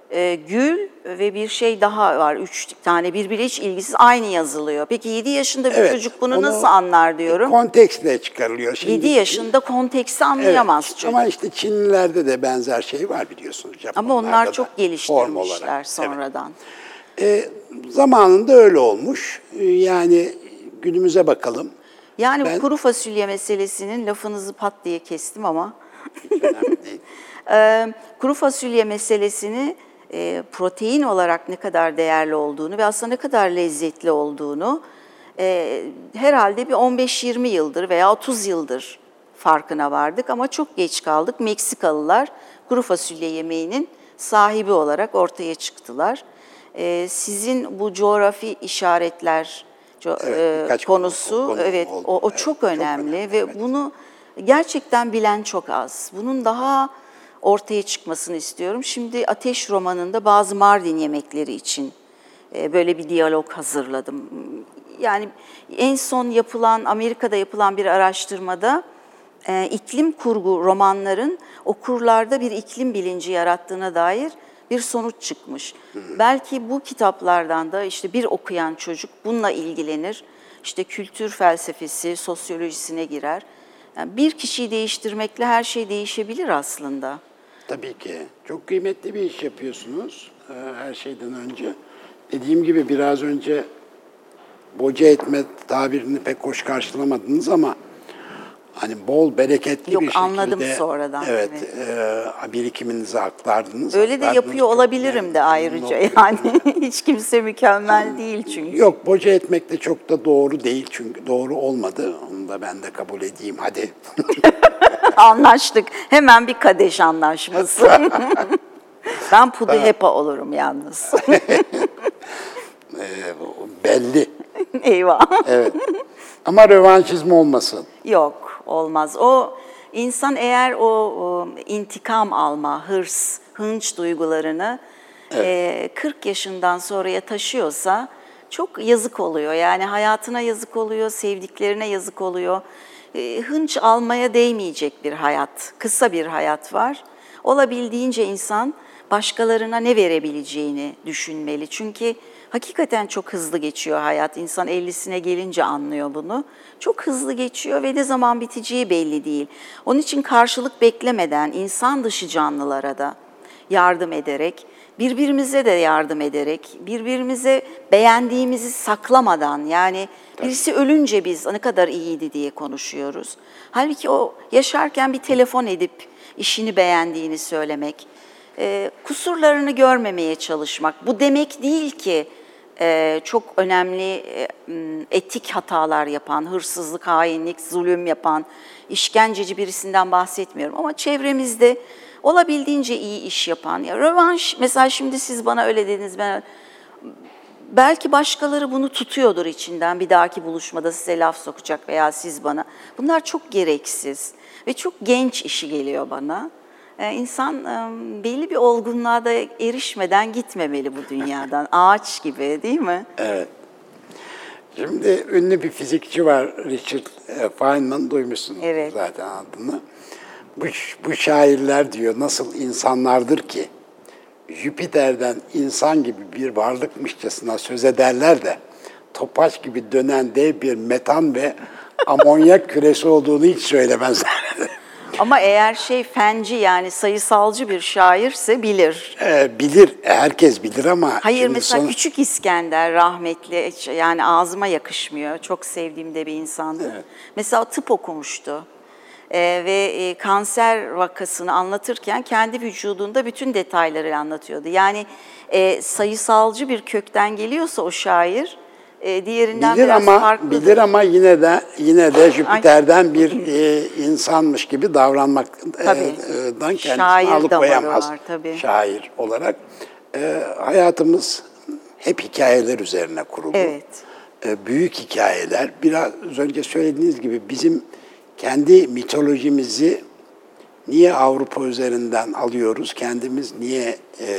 Speaker 2: gül ve bir şey daha var. 3 tane birbiriyle hiç ilgisiz aynı yazılıyor. Peki 7 yaşında bir çocuk bunu nasıl anlar diyorum.
Speaker 1: Kontekstle çıkarılıyor. Şimdi,
Speaker 2: 7 yaşında konteksti anlayamaz çocuk.
Speaker 1: Ama işte Çinlilerde de benzer şey var biliyorsunuz.
Speaker 2: Ama onlar
Speaker 1: da
Speaker 2: çok geliştirmişler sonradan.
Speaker 1: Zamanında öyle olmuş. Yani günümüze bakalım.
Speaker 2: Yani bu kuru fasulye meselesinin lafınızı pat diye kestim ama.
Speaker 1: Hiç önemli değil.
Speaker 2: Kuru fasulye meselesini protein olarak ne kadar değerli olduğunu ve aslında ne kadar lezzetli olduğunu herhalde bir 15-20 yıldır veya 30 yıldır farkına vardık ama çok geç kaldık. Meksikalılar kuru fasulye yemeğinin sahibi olarak ortaya çıktılar. Sizin bu coğrafi işaretler konusu, evet, o çok önemli ve bunu gerçekten bilen çok az. Bunun daha ortaya çıkmasını istiyorum. Şimdi Ateş romanında bazı Mardin yemekleri için böyle bir diyalog hazırladım. Yani en son Amerika'da yapılan bir araştırmada iklim kurgu romanların okurlarda bir iklim bilinci yarattığına dair bir sonuç çıkmış. Belki bu kitaplardan da işte bir okuyan çocuk bununla ilgilenir. İşte kültür felsefesi, sosyolojisine girer. Yani bir kişiyi değiştirmekle her şey değişebilir aslında.
Speaker 1: Tabii ki. Çok kıymetli bir iş yapıyorsunuz her şeyden önce. Dediğim gibi biraz önce boca etme tabirini pek hoş karşılamadınız ama hani bol, bereketli bir şekilde...
Speaker 2: anladım sonradan.
Speaker 1: Evet, birikiminizi aktardınız.
Speaker 2: Öyle de yapıyor olabilirim de ayrıca yani. Hiç kimse mükemmel değil çünkü.
Speaker 1: Yok, boca etmek de çok da doğru değil çünkü doğru olmadı. Onu da ben de kabul edeyim, hadi.
Speaker 2: Anlaştık. Hemen bir Kadeş anlaşması. Ben Pudu Hepa olurum yalnız.
Speaker 1: Belli.
Speaker 2: Eyvah.
Speaker 1: Evet. Ama rövanşizm olmasın.
Speaker 2: Yok, olmaz. O insan eğer o intikam alma, hırs, hınç duygularını 40 yaşından sonraya taşıyorsa çok yazık oluyor. Yani hayatına yazık oluyor, sevdiklerine yazık oluyor. Hınç almaya değmeyecek bir hayat, kısa bir hayat var. Olabildiğince insan başkalarına ne verebileceğini düşünmeli. Çünkü hakikaten çok hızlı geçiyor hayat. İnsan 50'sine gelince anlıyor bunu. Çok hızlı geçiyor ve ne zaman biteceği belli değil. Onun için karşılık beklemeden insan dışı canlılara da yardım ederek, birbirimize de yardım ederek, birbirimize beğendiğimizi saklamadan, yani birisi ölünce biz ne kadar iyiydi diye konuşuyoruz. Halbuki o yaşarken bir telefon edip işini beğendiğini söylemek, kusurlarını görmemeye çalışmak. Bu demek değil ki çok önemli etik hatalar yapan, hırsızlık, hainlik, zulüm yapan, işkenceci birisinden bahsetmiyorum. Ama çevremizde olabildiğince iyi iş yapan, ya rövanş, mesela şimdi siz bana öyle dediniz, belki başkaları bunu tutuyordur içinden, bir dahaki buluşmada size laf sokacak veya siz bana. Bunlar çok gereksiz ve çok genç işi geliyor bana. İnsan belli bir olgunluğa da erişmeden gitmemeli bu dünyadan. Ağaç gibi, değil mi?
Speaker 1: Evet. Şimdi ünlü bir fizikçi var, Richard Feynman, duymuşsunuz zaten adını. Bu şairler diyor, nasıl insanlardır ki Jüpiter'den insan gibi bir varlıkmışçasına söz ederler de topaç gibi dönen dev bir metan ve amonyak küresi olduğunu hiç söylemezler.
Speaker 2: Ama eğer fenci, yani sayısalcı bir şairse bilir.
Speaker 1: Bilir, herkes bilir ama...
Speaker 2: Hayır, mesela Küçük İskender rahmetli, yani ağzıma yakışmıyor. Çok sevdiğim de bir insandı. Evet. Mesela tıp okumuştu. Ve kanser vakasını anlatırken kendi vücudunda bütün detayları anlatıyordu. Yani sayısalcı bir kökten geliyorsa o şair, diğerinden
Speaker 1: bilir
Speaker 2: biraz farklıdır.
Speaker 1: Bilir ama yine de Jüpiter'den bir insanmış gibi davranmaktan kendisini alıkoyamaz. Şair olarak. Hayatımız hep hikayeler üzerine kurulu.
Speaker 2: Evet.
Speaker 1: Büyük hikayeler. Biraz önce söylediğiniz gibi bizim kendi mitolojimizi niye Avrupa üzerinden alıyoruz? Kendimiz niye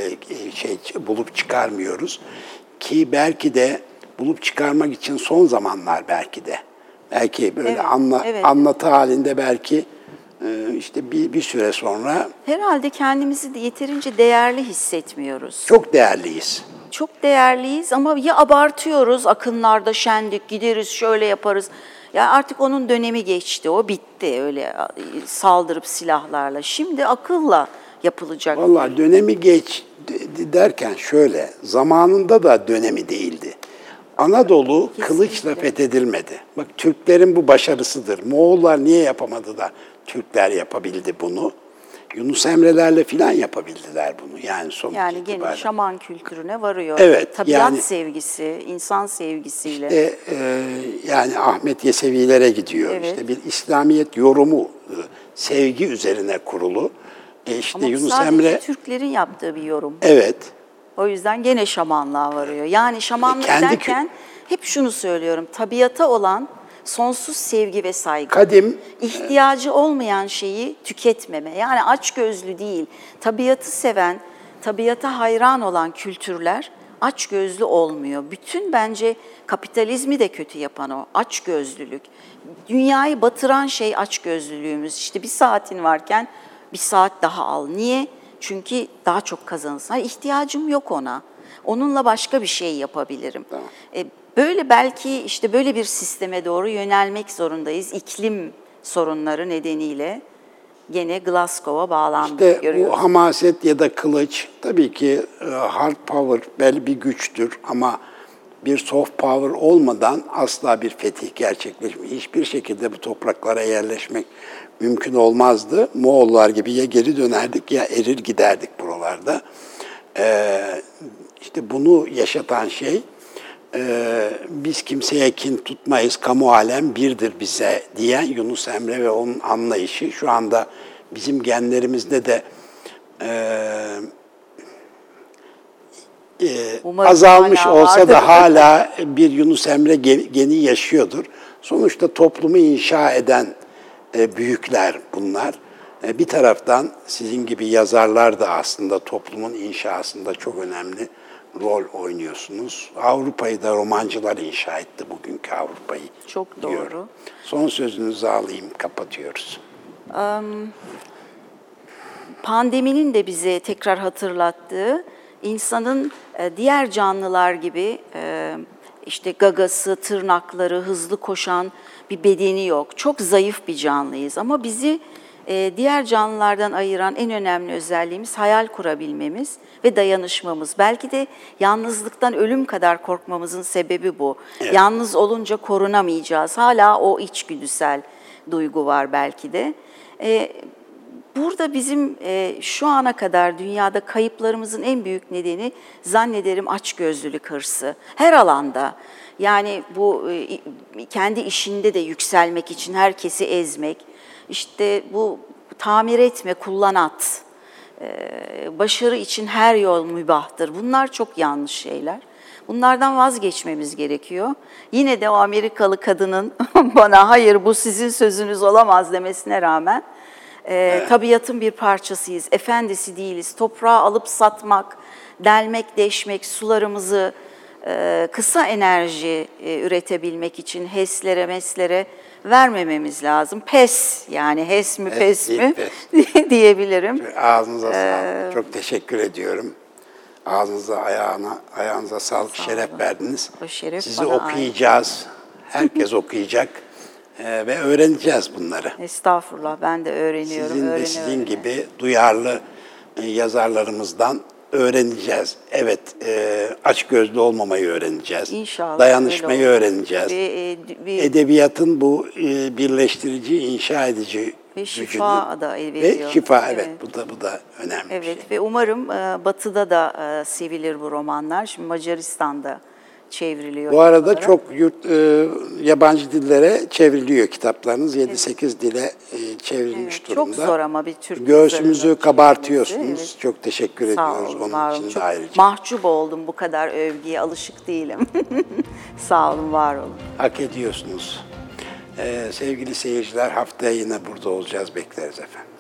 Speaker 1: bulup çıkarmıyoruz? Ki belki de bulup çıkarmak için son zamanlar belki böyle anlatı halinde belki işte bir süre sonra
Speaker 2: Herhalde kendimizi de yeterince değerli hissetmiyoruz.
Speaker 1: çok değerliyiz.
Speaker 2: Çok değerliyiz ama ya abartıyoruz, akınlarda şendik, gideriz şöyle yaparız. Ya artık onun dönemi geçti, o bitti öyle saldırıp silahlarla. Şimdi akılla yapılacak.
Speaker 1: Vallahi dönemi geç derken şöyle, zamanında da dönemi değildi. Anadolu kılıçla fethedilmedi. Bak Türklerin bu başarısıdır. Moğollar niye yapamadı da Türkler yapabildi bunu? Yunus Emre'lerle filan yapabildiler bunu. Yani sonuç
Speaker 2: Yani
Speaker 1: itibariyle.
Speaker 2: gene şaman kültürüne varıyor.
Speaker 1: Evet,
Speaker 2: Tabiat
Speaker 1: yani-
Speaker 2: sevgisi, insan sevgisiyle.
Speaker 1: Yani Ahmet Yesevilere gidiyor.
Speaker 2: Evet.
Speaker 1: İşte bir İslamiyet yorumu, sevgi üzerine kurulu. İşte
Speaker 2: Ama
Speaker 1: Yunus
Speaker 2: sadece
Speaker 1: Emre,
Speaker 2: Türklerin yaptığı bir yorum.
Speaker 1: evet.
Speaker 2: O yüzden gene şamanlığa varıyor. Yani şamanlık
Speaker 1: Kendi
Speaker 2: derken hep şunu söylüyorum. Tabiata olan sonsuz sevgi ve saygı.
Speaker 1: Kadim
Speaker 2: İhtiyacı olmayan şeyi tüketmeme. Yani açgözlü değil. Tabiatı seven, tabiata hayran olan kültürler açgözlü olmuyor. Bütün bence kapitalizmi de kötü yapan o açgözlülük. Dünyayı batıran şey açgözlülüğümüz. İşte bir saatin varken bir saat daha al. Niye? Çünkü daha çok kazanırsın. Hayır, ihtiyacım yok ona. Onunla başka bir şey yapabilirim.
Speaker 1: Tamam.
Speaker 2: Böyle belki işte böyle bir sisteme doğru yönelmek zorundayız. İklim sorunları nedeniyle gene Glasgow'a bağlandık
Speaker 1: İşte
Speaker 2: görüyoruz.
Speaker 1: bu hamaset ya da kılıç tabii ki hard power belli bir güçtür ama bir soft power olmadan asla bir fetih gerçekleşmiyor. Hiçbir şekilde bu topraklara yerleşmek mümkün olmazdı. Moğollar gibi ya geri dönerdik ya erir giderdik buralarda. İşte bunu yaşatan şey biz kimseye kin tutmayız, kamu alem birdir bize diyen Yunus Emre ve onun anlayışı şu anda bizim genlerimizde de
Speaker 2: Umarım
Speaker 1: azalmış
Speaker 2: hala
Speaker 1: olsa
Speaker 2: vardır.
Speaker 1: da hala bir Yunus Emre geni yaşıyordur. Sonuçta toplumu inşa eden büyükler bunlar. Bir taraftan sizin gibi yazarlar da aslında toplumun inşasında çok önemli rol oynuyorsunuz. Avrupa'yı da romancılar inşa etti, bugünkü Avrupa'yı.
Speaker 2: Çok
Speaker 1: diyor.
Speaker 2: doğru.
Speaker 1: Son sözünüzü alayım, kapatıyoruz.
Speaker 2: Pandeminin de bize tekrar hatırlattığı insanın diğer canlılar gibi işte gagası, tırnakları, hızlı koşan bir bedeni yok. Çok zayıf bir canlıyız ama bizi diğer canlılardan ayıran en önemli özelliğimiz hayal kurabilmemiz ve dayanışmamız. Belki de yalnızlıktan ölüm kadar korkmamızın sebebi bu.
Speaker 1: Evet.
Speaker 2: Yalnız olunca korunamayacağız. Hala o içgüdüsel duygu var belki de. Burada bizim şu ana kadar dünyada kayıplarımızın en büyük nedeni zannederim açgözlülük hırsı. Her alanda. Yani bu kendi işinde de yükselmek için herkesi ezmek, işte bu tamir etme, kullan at, başarı için her yol mübahtır. Bunlar çok yanlış şeyler. Bunlardan vazgeçmemiz gerekiyor. Yine de o Amerikalı kadının bana hayır bu sizin sözünüz olamaz demesine rağmen tabiatın bir parçasıyız, efendisi değiliz. Toprağı alıp satmak, delmek, deşmek, sularımızı kısa enerji üretebilmek için HES'lere, MES'lere vermememiz lazım. PES yani HES mi PES mi diyebilirim.
Speaker 1: Ağzınıza sağlık. Çok teşekkür ediyorum. Ağzınıza, ayağınıza sağlık, şeref verdiniz.
Speaker 2: O şeref
Speaker 1: Sizi
Speaker 2: bana
Speaker 1: okuyacağız. Herkes okuyacak ve öğreneceğiz bunları.
Speaker 2: Estağfurullah, ben de öğreniyorum.
Speaker 1: Sizin de sizin gibi duyarlı yazarlarımızdan öğreneceğiz. Evet, açgözlü olmamayı öğreneceğiz.
Speaker 2: İnşallah.
Speaker 1: Dayanışmayı öğreneceğiz.
Speaker 2: Ve
Speaker 1: Edebiyatın bu birleştirici, inşa edici
Speaker 2: Ve
Speaker 1: gücünü
Speaker 2: şifa da veriyor.
Speaker 1: ve şifa, evet.
Speaker 2: Evet.
Speaker 1: Bu da önemli bir şey.
Speaker 2: Evet ve umarım Batı'da da sevilir bu romanlar. Şimdi Macaristan'da çevriliyor.
Speaker 1: Bu arada
Speaker 2: olarak.
Speaker 1: çok yabancı dillere çevriliyor kitaplarınız. 7-8 dile çevrilmiş
Speaker 2: Çok
Speaker 1: durumda.
Speaker 2: zor ama bir Türk
Speaker 1: Göğsümüzü
Speaker 2: yazarının
Speaker 1: kabartıyorsunuz.
Speaker 2: çevirmesi. Evet.
Speaker 1: Çok teşekkür
Speaker 2: Sağ
Speaker 1: ediyoruz
Speaker 2: olun,
Speaker 1: onun
Speaker 2: var olun.
Speaker 1: için de
Speaker 2: Çok
Speaker 1: ayrıca.
Speaker 2: mahcup oldum, bu kadar övgüye alışık değilim. Sağ olun, var olun.
Speaker 1: Hak ediyorsunuz. Sevgili seyirciler, haftaya yine burada olacağız. Bekleriz efendim.